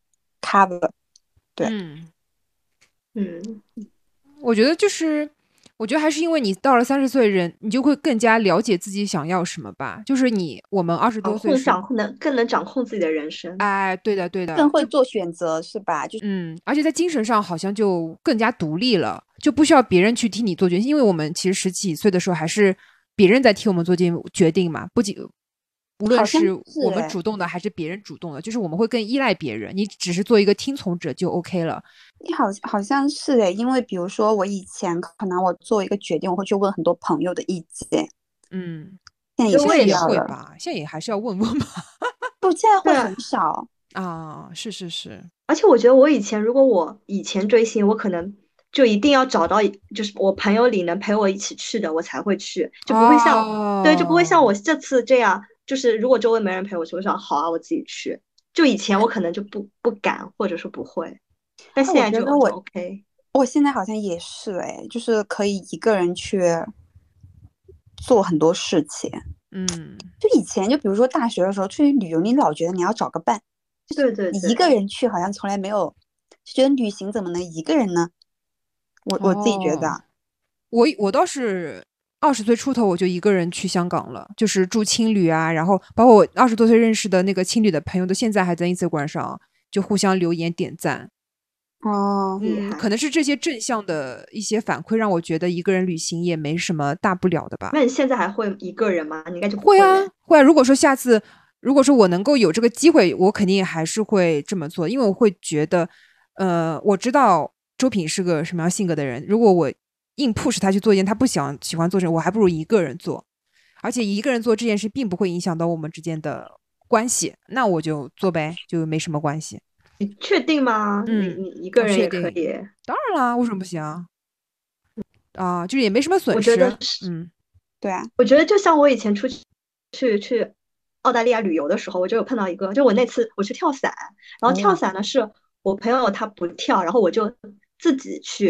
cover。对， 嗯嗯， 我觉得就是，我觉得还是因为你到了三十岁人，你就会更加了解自己想要什么吧。就是你我们二十多岁掌控能更能掌控自己的人生。 哎，对的对的， 更会做选择是吧？就嗯，而且在精神上好像就更加独立了，就不需要别人去替你做决定，因为我们其实十几岁的时候还是别人在替我们做决定嘛，不仅无论是我们主动的还是别人主动的，就是我们会更依赖别人，你只是做一个听从者就 OK 了。 你好好像是诶，因为比如说我以前可能我做一个决定，我会去问很多朋友的意见。 嗯， 现在也是也会吧，现在也还是要问问吧。 不，现在会很少啊，是是是。 而且我觉得我以前如果我以前追星，我可能就一定要找到就是我朋友里能陪我一起去的，我才会去，就不会像、哦、对，就不会像我这次这样，就是如果周围没人陪我去，我想好啊，我自己去。就以前我可能就不不敢，或者说不会，但现在就我 OK。 我现在好像也是哎，就是可以一个人去做很多事情。 嗯， 就以前就比如说大学的时候出去旅游，你老觉得你要找个伴， 对对对， 你一个人去好像从来没有，就觉得旅行怎么能一个人呢？我我自己觉得， 哦、我我倒是二十岁出头我就一个人去香港了，就是住青旅啊，然后包括我二十多岁认识的那个青旅的朋友，都现在还在 Instagram 上就互相留言点赞。 哦， 嗯，可能是这些正向的一些反馈让我觉得一个人旅行也没什么大不了的吧。 那你现在还会一个人吗？你应该就会啊，会啊。如果说下次，如果说我能够有这个机会，我肯定还是会这么做，因为我会觉得，呃，我知道周品是个什么样性格的人，如果我硬 push 他去做一件他不想喜欢做的事，我还不如一个人做，而且一个人做这件事并不会影响到我们之间的关系，那我就做呗，就没什么关系。 你确定吗？ 嗯， 你你一个人也可以。 当然啦，为什么不行啊？啊，就是也没什么损失。我觉得是， 嗯， 对啊。 我觉得就像我以前出去去去澳大利亚旅游的时候，我就有碰到一个，就我那次我去跳伞，然后跳伞呢是我朋友他不跳，然后我就自己去，然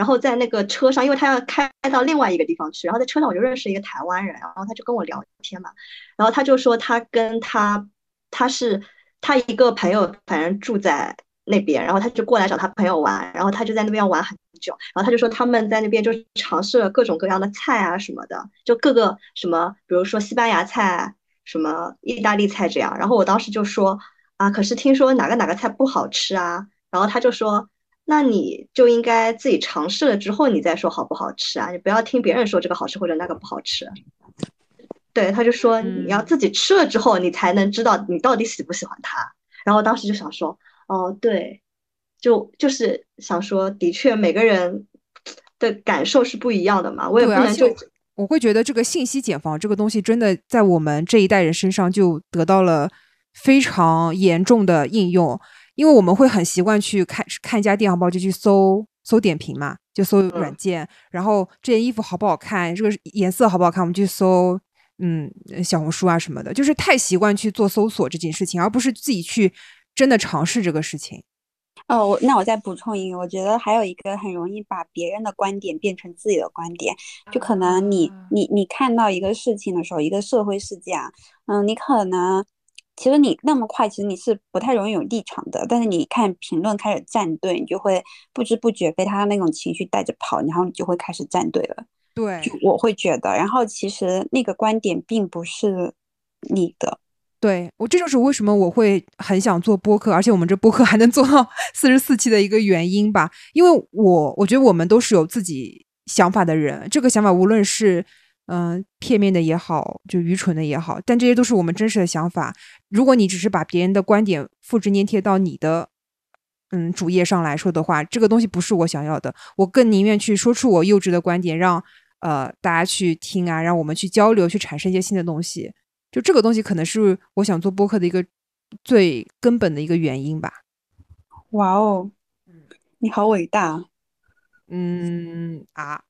然后在那个车上，因为他要开到另外一个地方去，然后在车上我就认识一个台湾人，然后他就跟我聊天嘛，然后他就说他跟他他是他一个朋友，反正住在那边，然后他就过来找他朋友玩，然后他就在那边玩很久，然后他就说他们在那边就尝试了各种各样的菜啊什么的，就各个什么，比如说西班牙菜、什么意大利菜这样。然后我当时就说啊，可是听说哪个哪个菜不好吃啊，然后他就说，那你就应该自己尝试了之后你再说好不好吃啊，你不要听别人说这个好吃或者那个不好吃。对，他就说你要自己吃了之后，你才能知道你到底喜不喜欢它。然后当时就想说，哦，对，就就是想说，的确每个人的感受是不一样的嘛，我也不能就。 我会觉得这个信息茧房这个东西真的在我们这一代人身上就得到了非常严重的应用，因为我们会很习惯去看看一家电商包就去搜搜点评嘛，就搜软件，嗯、然后这件衣服好不好看，这个颜色好不好看，我们去搜嗯小红书啊什么的，就是太习惯去做搜索这件事情，而不是自己去真的尝试这个事情。 哦，那我再补充一个，我觉得还有一个很容易把别人的观点变成自己的观点，就可能你你你看到一个事情的时候，一个社会事件啊，嗯，你可能其实你那么快，其实你是不太容易有立场的，但是你看评论开始站队，你就会不知不觉被他那种情绪带着跑，然后你就会开始站队了。 对， 就我会觉得，然后其实那个观点并不是你的。 对，我这就是为什么我会很想做播客，而且我们这播客还能做到四十四期的一个原因吧。因为我我觉得我们都是有自己想法的人，这个想法无论是嗯、呃、片面的也好，就愚蠢的也好，但这些都是我们真实的想法。如果你只是把别人的观点复制粘贴到你的嗯主页上来说的话，这个东西不是我想要的。我更宁愿去说出我幼稚的观点，让呃大家去听啊，让我们去交流，去产生一些新的东西。就这个东西可能是我想做播客的一个最根本的一个原因吧。 哇哦，你好伟大。 嗯啊，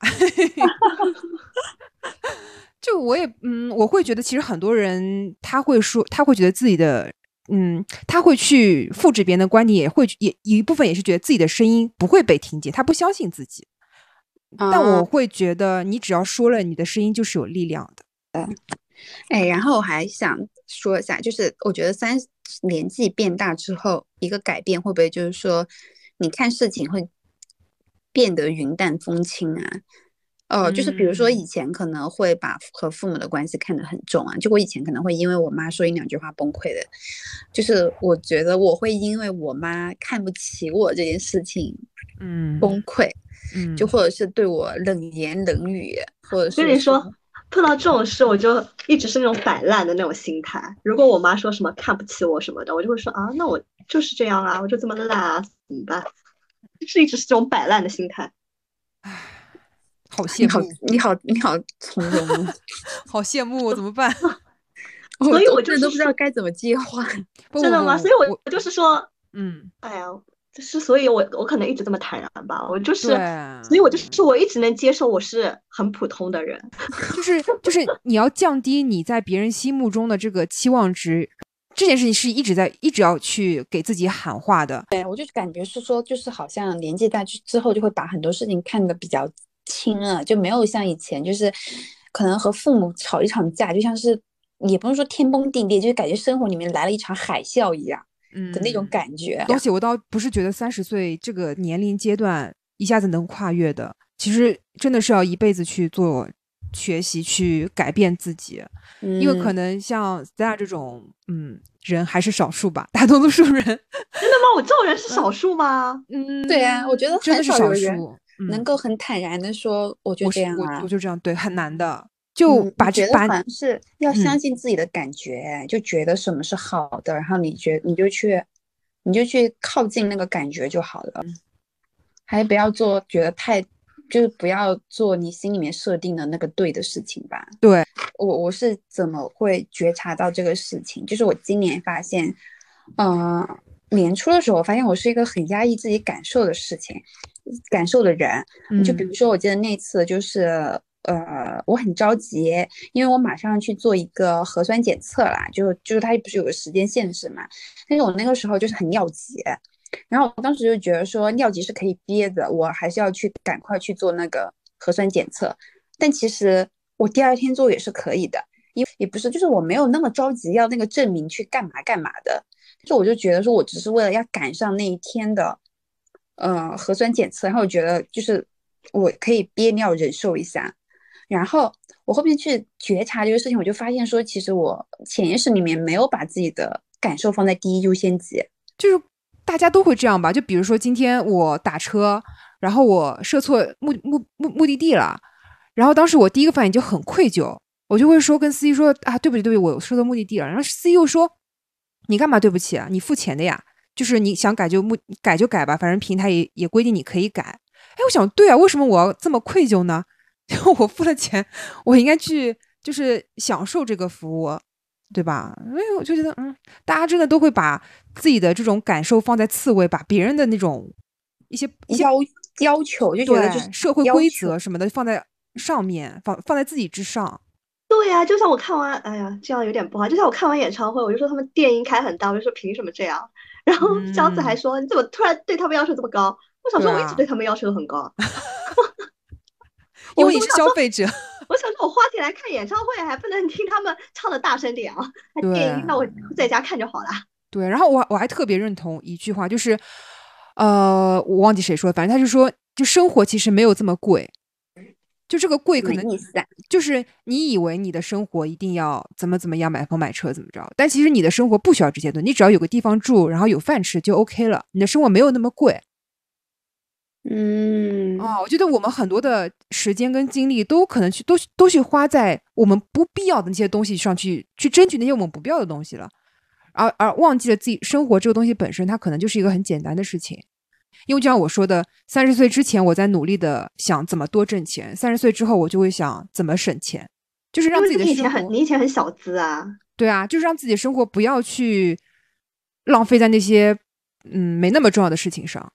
就我也嗯，我会觉得其实很多人他会说，他会觉得自己的嗯，他会去复制别人的观点，也会也一部分也是觉得自己的声音不会被听见，他不相信自己。 啊、 但我会觉得你只要说了，你的声音就是有力量的。 嗯。哎，然后我还想说一下，就是我觉得三年纪变大之后，一个改变会不会就是说，你看事情会变得云淡风轻啊？哦、呃，就是比如说以前可能会把和父母的关系看得很重啊，就我以前可能会因为我妈说一两句话崩溃的，就是我觉得我会因为我妈看不起我这件事情， 嗯， 崩溃， 嗯， 就或者是对我冷言冷语，或者是跟你说。碰到这种事，我就一直是那种摆烂的那种心态。如果我妈说什么看不起我什么的，我就会说啊，那我就是这样啊，我就这么烂啊，怎么办？就是一直是这种摆烂的心态。 唉，好羡慕你好，你好，你好从容， 好羡慕我，怎么办？ 所以我就是都不知道该怎么接话。 真的吗？所以我就是说， 嗯， 哎呀。就是所以我我可能一直这么坦然吧，我就是， 所以我就是我一直能接受我是很普通的人， 就是就是你要降低你在别人心目中的这个期望值，这件事情是一直在一直要去给自己喊话的。 对，我就感觉是说，就是好像年纪大之后就会把很多事情看得比较轻了，就没有像以前就是可能和父母吵一场架，就像是也不能说天崩地裂，就是感觉生活里面来了一场海啸一样。的那种感觉， 东西我倒不是觉得三十岁这个年龄阶段一下子能跨越的，其实真的是要一辈子去做学习，去改变自己，嗯、因为可能像 Stella 这种嗯人还是少数吧，大多数人真的吗？我这种人是少数吗？ 嗯，对啊，我觉得真的是少数， 能够很坦然的说，我就这样啊， 我我就这样，对，很难的。就把这、嗯、把好像是要相信自己的感觉、嗯，就觉得什么是好的，然后你觉你就去，你就去靠近那个感觉就好了，嗯、还不要做觉得太，就是不要做你心里面设定的那个对的事情吧。 对， 我我是怎么会觉察到这个事情？就是我今年发现，嗯、呃，年初的时候，我发现我是一个很压抑自己感受的事情，感受的人。嗯、就比如说，我记得那次就是。呃，我很着急，因为我马上去做一个核酸检测啦，就就是它不是有个时间限制嘛，但是我那个时候就是很尿急， 然后我当时就觉得说尿急是可以憋的，我还是要去赶快去做那个核酸检测。但其实我第二天做也是可以的，因为也不是，就是我没有那么着急要那个证明去干嘛干嘛的。就我就觉得说我只是为了要赶上那一天的呃核酸检测，然后我觉得就是我可以憋尿忍受一下。然后我后面去觉察这个事情，我就发现说其实我潜意识里面没有把自己的感受放在第一优先级。 就是大家都会这样吧，就比如说今天我打车，然后我设错目目目目的地了，然后当时我第一个反应就很愧疚，我就会说跟司机说啊，对不起对不起，我设错目的地了。然后司机又说你干嘛对不起啊，你付钱的呀，就是你想改就目改就改吧，反正平台也也规定你可以改。哎，我想对啊，为什么我要这么愧疚呢？我付了钱，我应该去就是享受这个服务，对吧？因为我就觉得，嗯，大家真的都会把自己的这种感受放在次位，把别人的那种一些一些要要求就觉得就是社会规则什么的放在上面，放放在自己之上。 对呀、啊，就像我看完，哎呀，这样有点不好。就像我看完演唱会，我就说他们电音开很大，我就说凭什么这样？然后姜子还说、嗯、你怎么突然对他们要求这么高？我想说我一直对他们要求都很高。 因为你是消费者， 我想说，我花钱来看演唱会，还不能听他们唱的大声点啊！还电音，那我在家看就好了。 对，然后我我还特别认同一句话，就是，呃，我忘记谁说的，反正他就说，就生活其实没有这么贵，就这个贵可能就是你以为你的生活一定要怎么怎么样，买房买车怎么着，但其实你的生活不需要这些东西，你只要有个地方住，然后有饭吃就 OK 了，你的生活没有那么贵。 嗯， 哦，我觉得我们很多的时间跟精力都可能去都都去花在我们不必要的那些东西上去，去争取那些我们不必要的东西了，而而忘记了自己生活这个东西本身，它可能就是一个很简单的事情。因为就像我说的，三十岁之前我在努力的想怎么多挣钱，三十岁之后我就会想怎么省钱，就是让自己的生活。 你以前很你以前很小资啊。 对啊，就是让自己的生活不要去浪费在那些嗯没那么重要的事情上。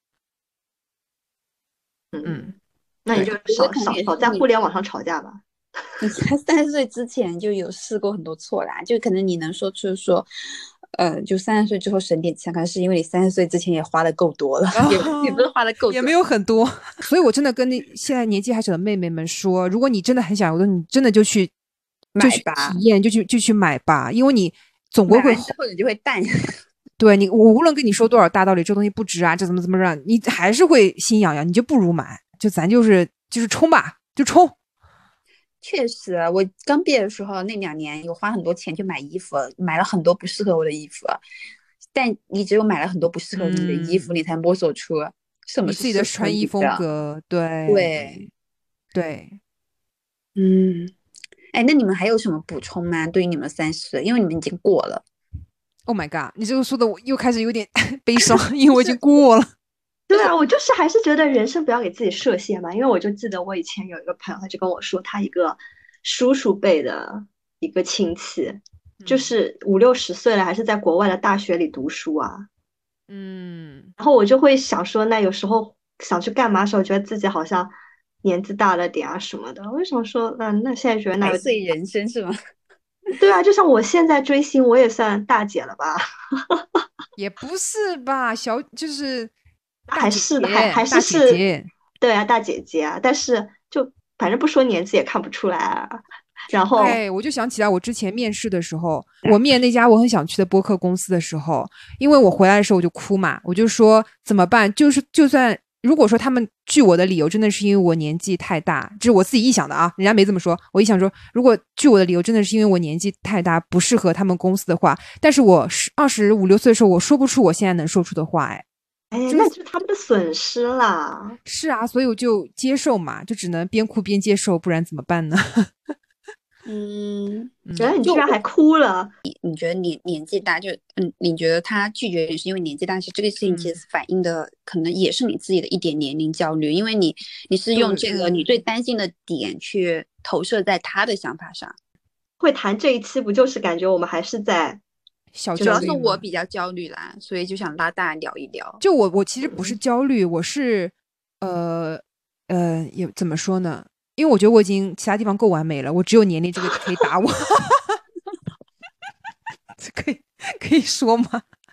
嗯，那你就少少少在互联网上吵架吧。 你才三十岁之前就有试过很多错啦，就可能你能说出说，呃，就三十岁之后省点钱，可能是因为你三十岁之前也花的够多了，哦、也也不是花的够多， 也没有很多。所以我真的跟那现在年纪还小的妹妹们说，如果你真的很想，我说你真的就去就去体验，就去就去买吧，因为你总归会之后你就会淡。 对你，我无论跟你说多少大道理，这东西不值啊，这怎么怎么让你还是会心痒痒，你就不如买，就咱就是就是冲吧，就冲。 确实，我刚毕业的时候那两年有花很多钱去买衣服，买了很多不适合我的衣服，但你只有买了很多不适合你的衣服，嗯、你才摸索出什么是你自己的穿衣风格。对对对， 嗯，哎，那你们还有什么补充吗？对于你们三十岁，因为你们已经过了。 Oh my god！ 你这个说的我又开始有点悲伤，因为我已经过了。 对啊，我就是还是觉得人生不要给自己设限嘛。因为我就记得我以前有一个朋友，他就跟我说，他一个叔叔辈的一个亲戚，就是五六十岁了，还是在国外的大学里读书啊。 嗯， 然后我就会想说，那有时候想去干嘛的时候，觉得自己好像年纪大了点啊什么的。我就想说，那那现在觉得那百岁人生是吗？ 对啊，就像我现在追星，我也算大姐了吧？ 也不是吧，小就是还是的，还还是是，对啊，大姐姐啊。但是就反正不说年纪也看不出来啊。然后， 哎，我就想起来我之前面试的时候，我面那家我很想去的播客公司的时候，因为我回来的时候我就哭嘛，我就说怎么办？就是就算。如果说他们据我的理由真的是因为我年纪太大，这是我自己臆想的啊，人家没这么说，我一想说，如果据我的理由真的是因为我年纪太大不适合他们公司的话，但是我二十五六岁的时候我说不出我现在能说出的话，哎， 哎，那就是他们的损失啦。 是啊，所以我就接受嘛，就只能边哭边接受，不然怎么办呢？ 嗯， 原来你居然还哭了。 你你觉得你年纪大就嗯，你觉得他拒绝你是因为年纪大，但是这个事情其实反映的可能也是你自己的一点年龄焦虑，因为你你是用这个你最担心的点去投射在他的想法上。 会谈这一期不就是感觉我们还是在小主要是我比较焦虑啦，所以就想拉大聊一聊。 就我我其实不是焦虑，我是呃呃也怎么说呢？因为我觉得我已经其他地方够完美了，我只有年龄这个可以打我。可以可以说吗？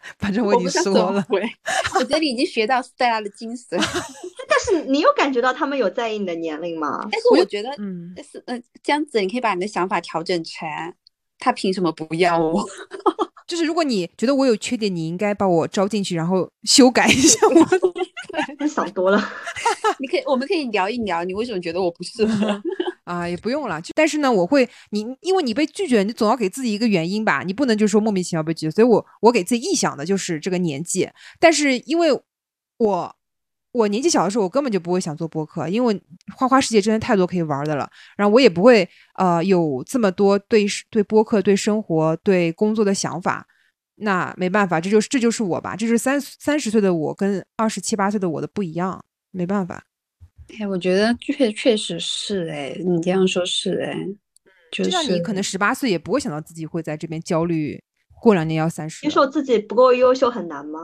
反正我已经说了。 我, 我觉得你已经学到 Stella 的精神。 但是你有感觉到他们有在意你的年龄吗？ 但是我觉得，嗯，是呃，这样子你可以把你的想法调整成，他凭什么不要我？ 就是如果你觉得我有缺点，你应该把我招进去，然后修改一下我。 对，想多了。 你可以，我们可以聊一聊，你为什么觉得我不适合？ 啊，也不用了。但是呢，我会，你因为你被拒绝，你总要给自己一个原因吧，你不能就说莫名其妙被拒绝。所以我我给自己臆想的就是这个年纪。但是因为我我年纪小的时候，我根本就不会想做播客，因为花花世界真的太多可以玩的了。然后我也不会呃有这么多对对播客、对生活、对工作的想法。那没办法，这就是这就是我吧，这是三三十岁的我跟二十七八岁的我的不一样，没办法。 哎，我觉得确确实是哎，你这样说是哎，就是、 就像你可能十八岁也不会想到自己会在这边焦虑，过两年要三十。 接受自己不够优秀很难吗？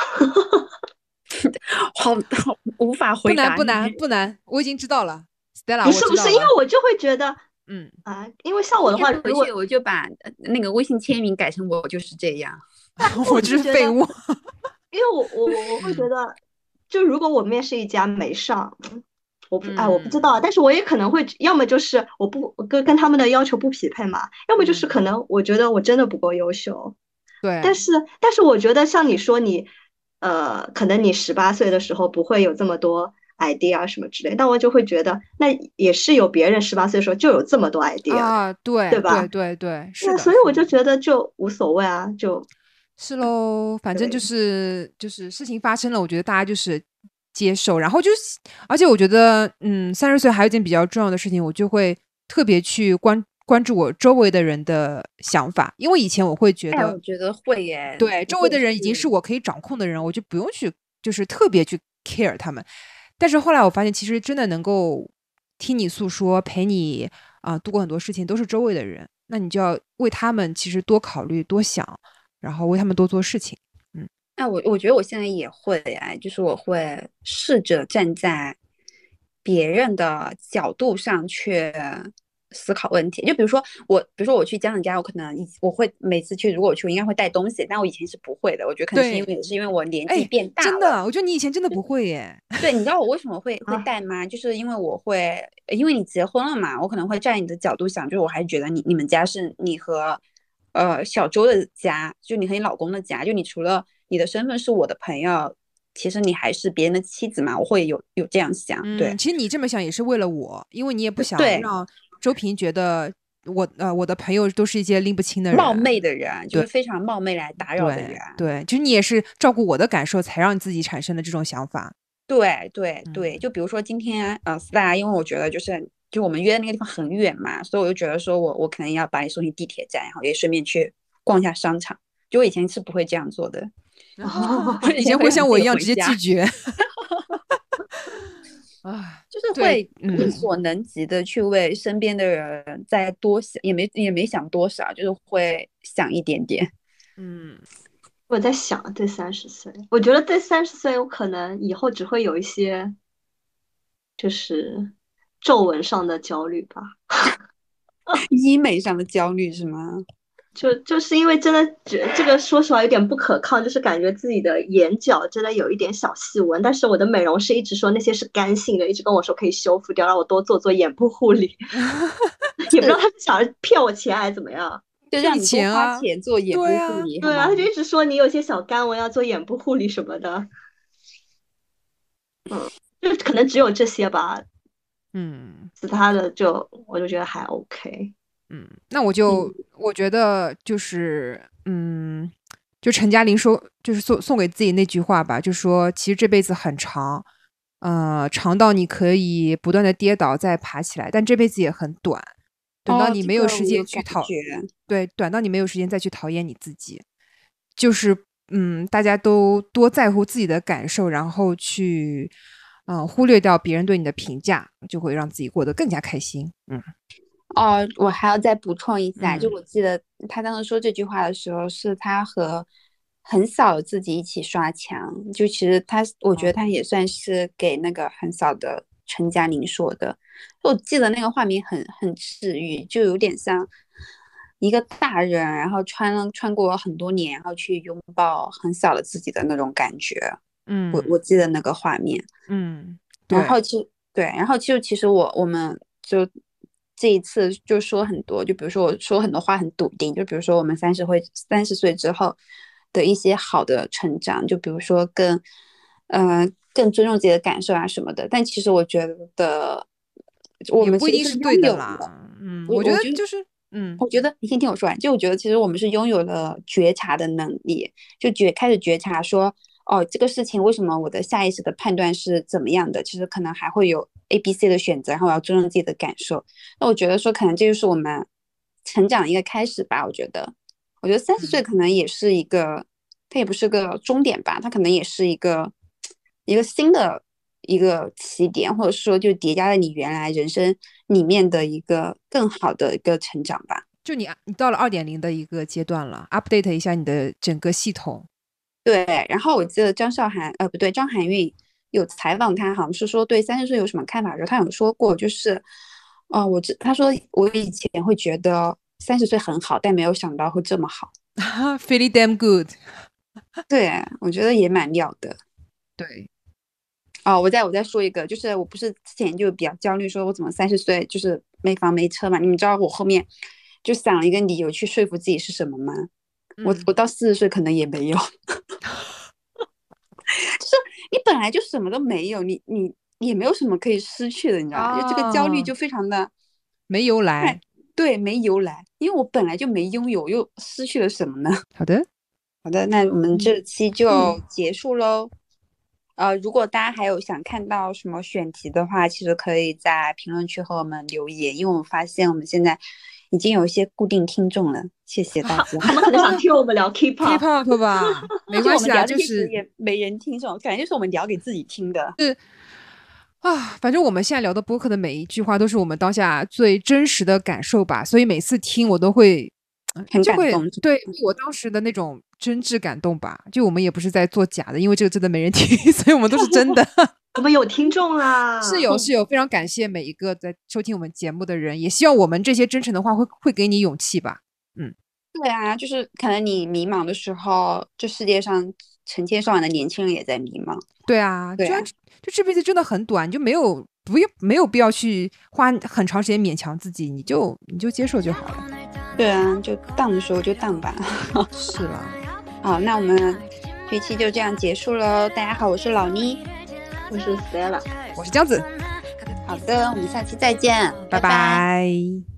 好，好无法回答。不难，不难，不难，我已经知道了。Stella， 不是不是，因为我就会觉得， 嗯啊，因为像我的话， 回去我就把那个微信签名改成我就是这样， 我就是废物。 因为我我我会觉得，就如果我面试一家没上。我不哎，我不知道，但是我也可能会，要么就是我不跟跟他们的要求不匹配嘛，要么就是可能我觉得我真的不够优秀。 对， 但是但是我觉得像你说你，呃，可能你十八岁的时候不会有这么多 idea 什么之类，但我就会觉得那也是有别人十八岁的时候就有这么多 idea 啊，对对吧？ 对对对，是的。 所以我就觉得就无所谓啊，就是喽，反正就是就是事情发生了，我觉得大家就是接受，然后就是，而且我觉得，嗯，三十岁还有一件比较重要的事情，我就会特别去关关注我周围的人的想法，因为以前我会觉得， 哎、我觉得会耶， 对，周围的人已经是我可以掌控的人，我就不用去就是特别去 care 他们。但是后来我发现，其实真的能够听你诉说、陪你啊、呃、度过很多事情，都是周围的人，那你就要为他们其实多考虑、多想，然后为他们多做事情。嗯， 那我我觉得我现在也会啊，就是我会试着站在别人的角度上去思考问题。就比如说我，比如说我去家长家，我可能我会每次去，如果我去，我应该会带东西，但我以前是不会的。我觉得可能是因为也是因为我年纪变大了。 真的，我觉得你以前真的不会耶。 对，你知道我为什么会会带吗？就是因为我会，因为你结婚了嘛，我可能会站你的角度想，就是我还是觉得你你们家是你和呃小周的家，就你和你老公的家，就你除了你的身份是我的朋友，其实你还是别人的妻子嘛，我会有有这样想。对、 嗯，其实你这么想也是为了我，因为你也不想让周平觉得我呃我的朋友都是一些拎不清的人、 冒昧的人，就是非常冒昧来打扰的人。 对，就是你也是照顾我的感受，才让你自己产生的这种想法。 对对对，就比如说今天呃 Stella， 因为我觉得就是就我们约的那个地方很远嘛，所以我就觉得说我我可能要把你送去地铁站，然后也顺便去逛一下商场。就我以前是不会这样做的， 哦、以前会像我一样直接拒绝。 啊，就是会力所能及的去为身边的人再多想，也没也没想多少，就是会想一点点。 嗯， 我在想，对三十岁，我觉得对三十岁，我可能以后只会有一些，就是皱纹上的焦虑吧。 医美上的焦虑是吗？ 就就是因为真的这这个说实话有点不可抗，就是感觉自己的眼角真的有一点小细纹，但是我的美容师一直说那些是干性的，一直跟我说可以修复掉，让我多做做眼部护理。也不知道他是想骗我钱还是怎么样， 就让你多花钱做眼部护理。 对啊，对啊，他就一直说你有些小干纹要做眼部护理什么的。嗯，就可能只有这些吧。 嗯， 其他的就我就觉得还 OK。 嗯，那我就、嗯、我觉得就是嗯，就陈嘉玲说，就是送送给自己那句话吧，就说其实这辈子很长，呃，长到你可以不断的跌倒再爬起来，但这辈子也很短，等到你没有时间去讨、哦这个、对，短到你没有时间再去讨厌你自己，就是嗯，大家都多在乎自己的感受，然后去嗯、呃、忽略掉别人对你的评价，就会让自己过得更加开心。嗯。 哦，我还要再补充一下、嗯、就我记得他当时说这句话的时候是他和横扫自己一起刷墙，就其实他我觉得他也算是给那个横扫的陈嘉玲说的，我记得那个画面很很治愈，就有点像一个大人，然后穿了穿过很多年，然后去拥抱很小的自己的那种感觉。 嗯， 我我记得那个画面。 嗯， 然后其实对，然后就其实我我们就这一次就说很多，就比如说我说很多话很笃定，就比如说我们三十会三十岁之后的一些好的成长，就比如说更呃更尊重自己的感受啊什么的。但其实我觉得我们不一定是对的啦。嗯，我觉得就是嗯， 我觉得你先听我说完。就我觉得其实我们是拥有了觉察的能力，就觉开始觉察说，哦，这个事情为什么我的下意识的判断是怎么样的？其实可能还会有 A B C 的选择，然后我要尊重自己的感受。那我觉得说，可能这就是我们成长一个开始吧。我觉得，我觉得三十岁可能也是一个，它也不是个终点吧，它可能也是一个一个新的一个起点，或者说就叠加了你原来人生里面的一个更好的一个成长吧。 就你你到了二点零的一个阶段了 ，update 一下你的整个系统。 对，然后我记得张韶涵，呃，不对，张含韵有采访他，好像是说对三十岁有什么看法的时候，他有说过，就是，哦、呃，我他说我以前会觉得三十岁很好，但没有想到会这么好。 Feeling damn good。 对，我觉得也蛮妙的。 对。 哦，我再我再说一个，就是我不是之前就比较焦虑，说我怎么三十岁就是没房没车嘛？你们知道我后面就想了一个理由去说服自己是什么吗？嗯、我我到四十岁可能也没有。就是你本来就什么都没有，你你也没有什么可以失去的，你知道吗？哦、就这个焦虑就非常的没由来。 对，没由来，因为我本来就没拥有，又失去了什么呢？ 好的， 好的，那我们这期就结束喽。嗯、呃，如果大家还有想看到什么选题的话，其实可以在评论区和我们留言，因为我们发现我们现在已经有一些固定听众了，谢谢大家。 他们可能想听我们聊 K-pop K-pop 吧，没关系啊，就是也没人听，这种感觉就是我们聊给自己听的。 是啊，反正我们现在聊的播客的每一句话都是我们当下最真实的感受吧，所以每次听我都会很感动， 对我当时的那种真挚感动吧。就我们也不是在做假的，因为这个真的没人听，所以我们都是真的。 我们有听众啦， 是有是有，非常感谢每一个在收听我们节目的人，也希望我们这些真诚的话会会给你勇气吧。嗯， 对啊，就是可能你迷茫的时候，这世界上成千上万的年轻人也在迷茫。 对啊，对啊，就这辈子真的很短，你就没有不要没有必要去花很长时间勉强自己，你就你就接受就好了。 对啊，就荡的时候就荡吧。 是了， 好，那我们这期就这样结束了。大家好，我是老妮， 我是 Stella， 我是姜子。 好的，我们下期再见， 拜拜。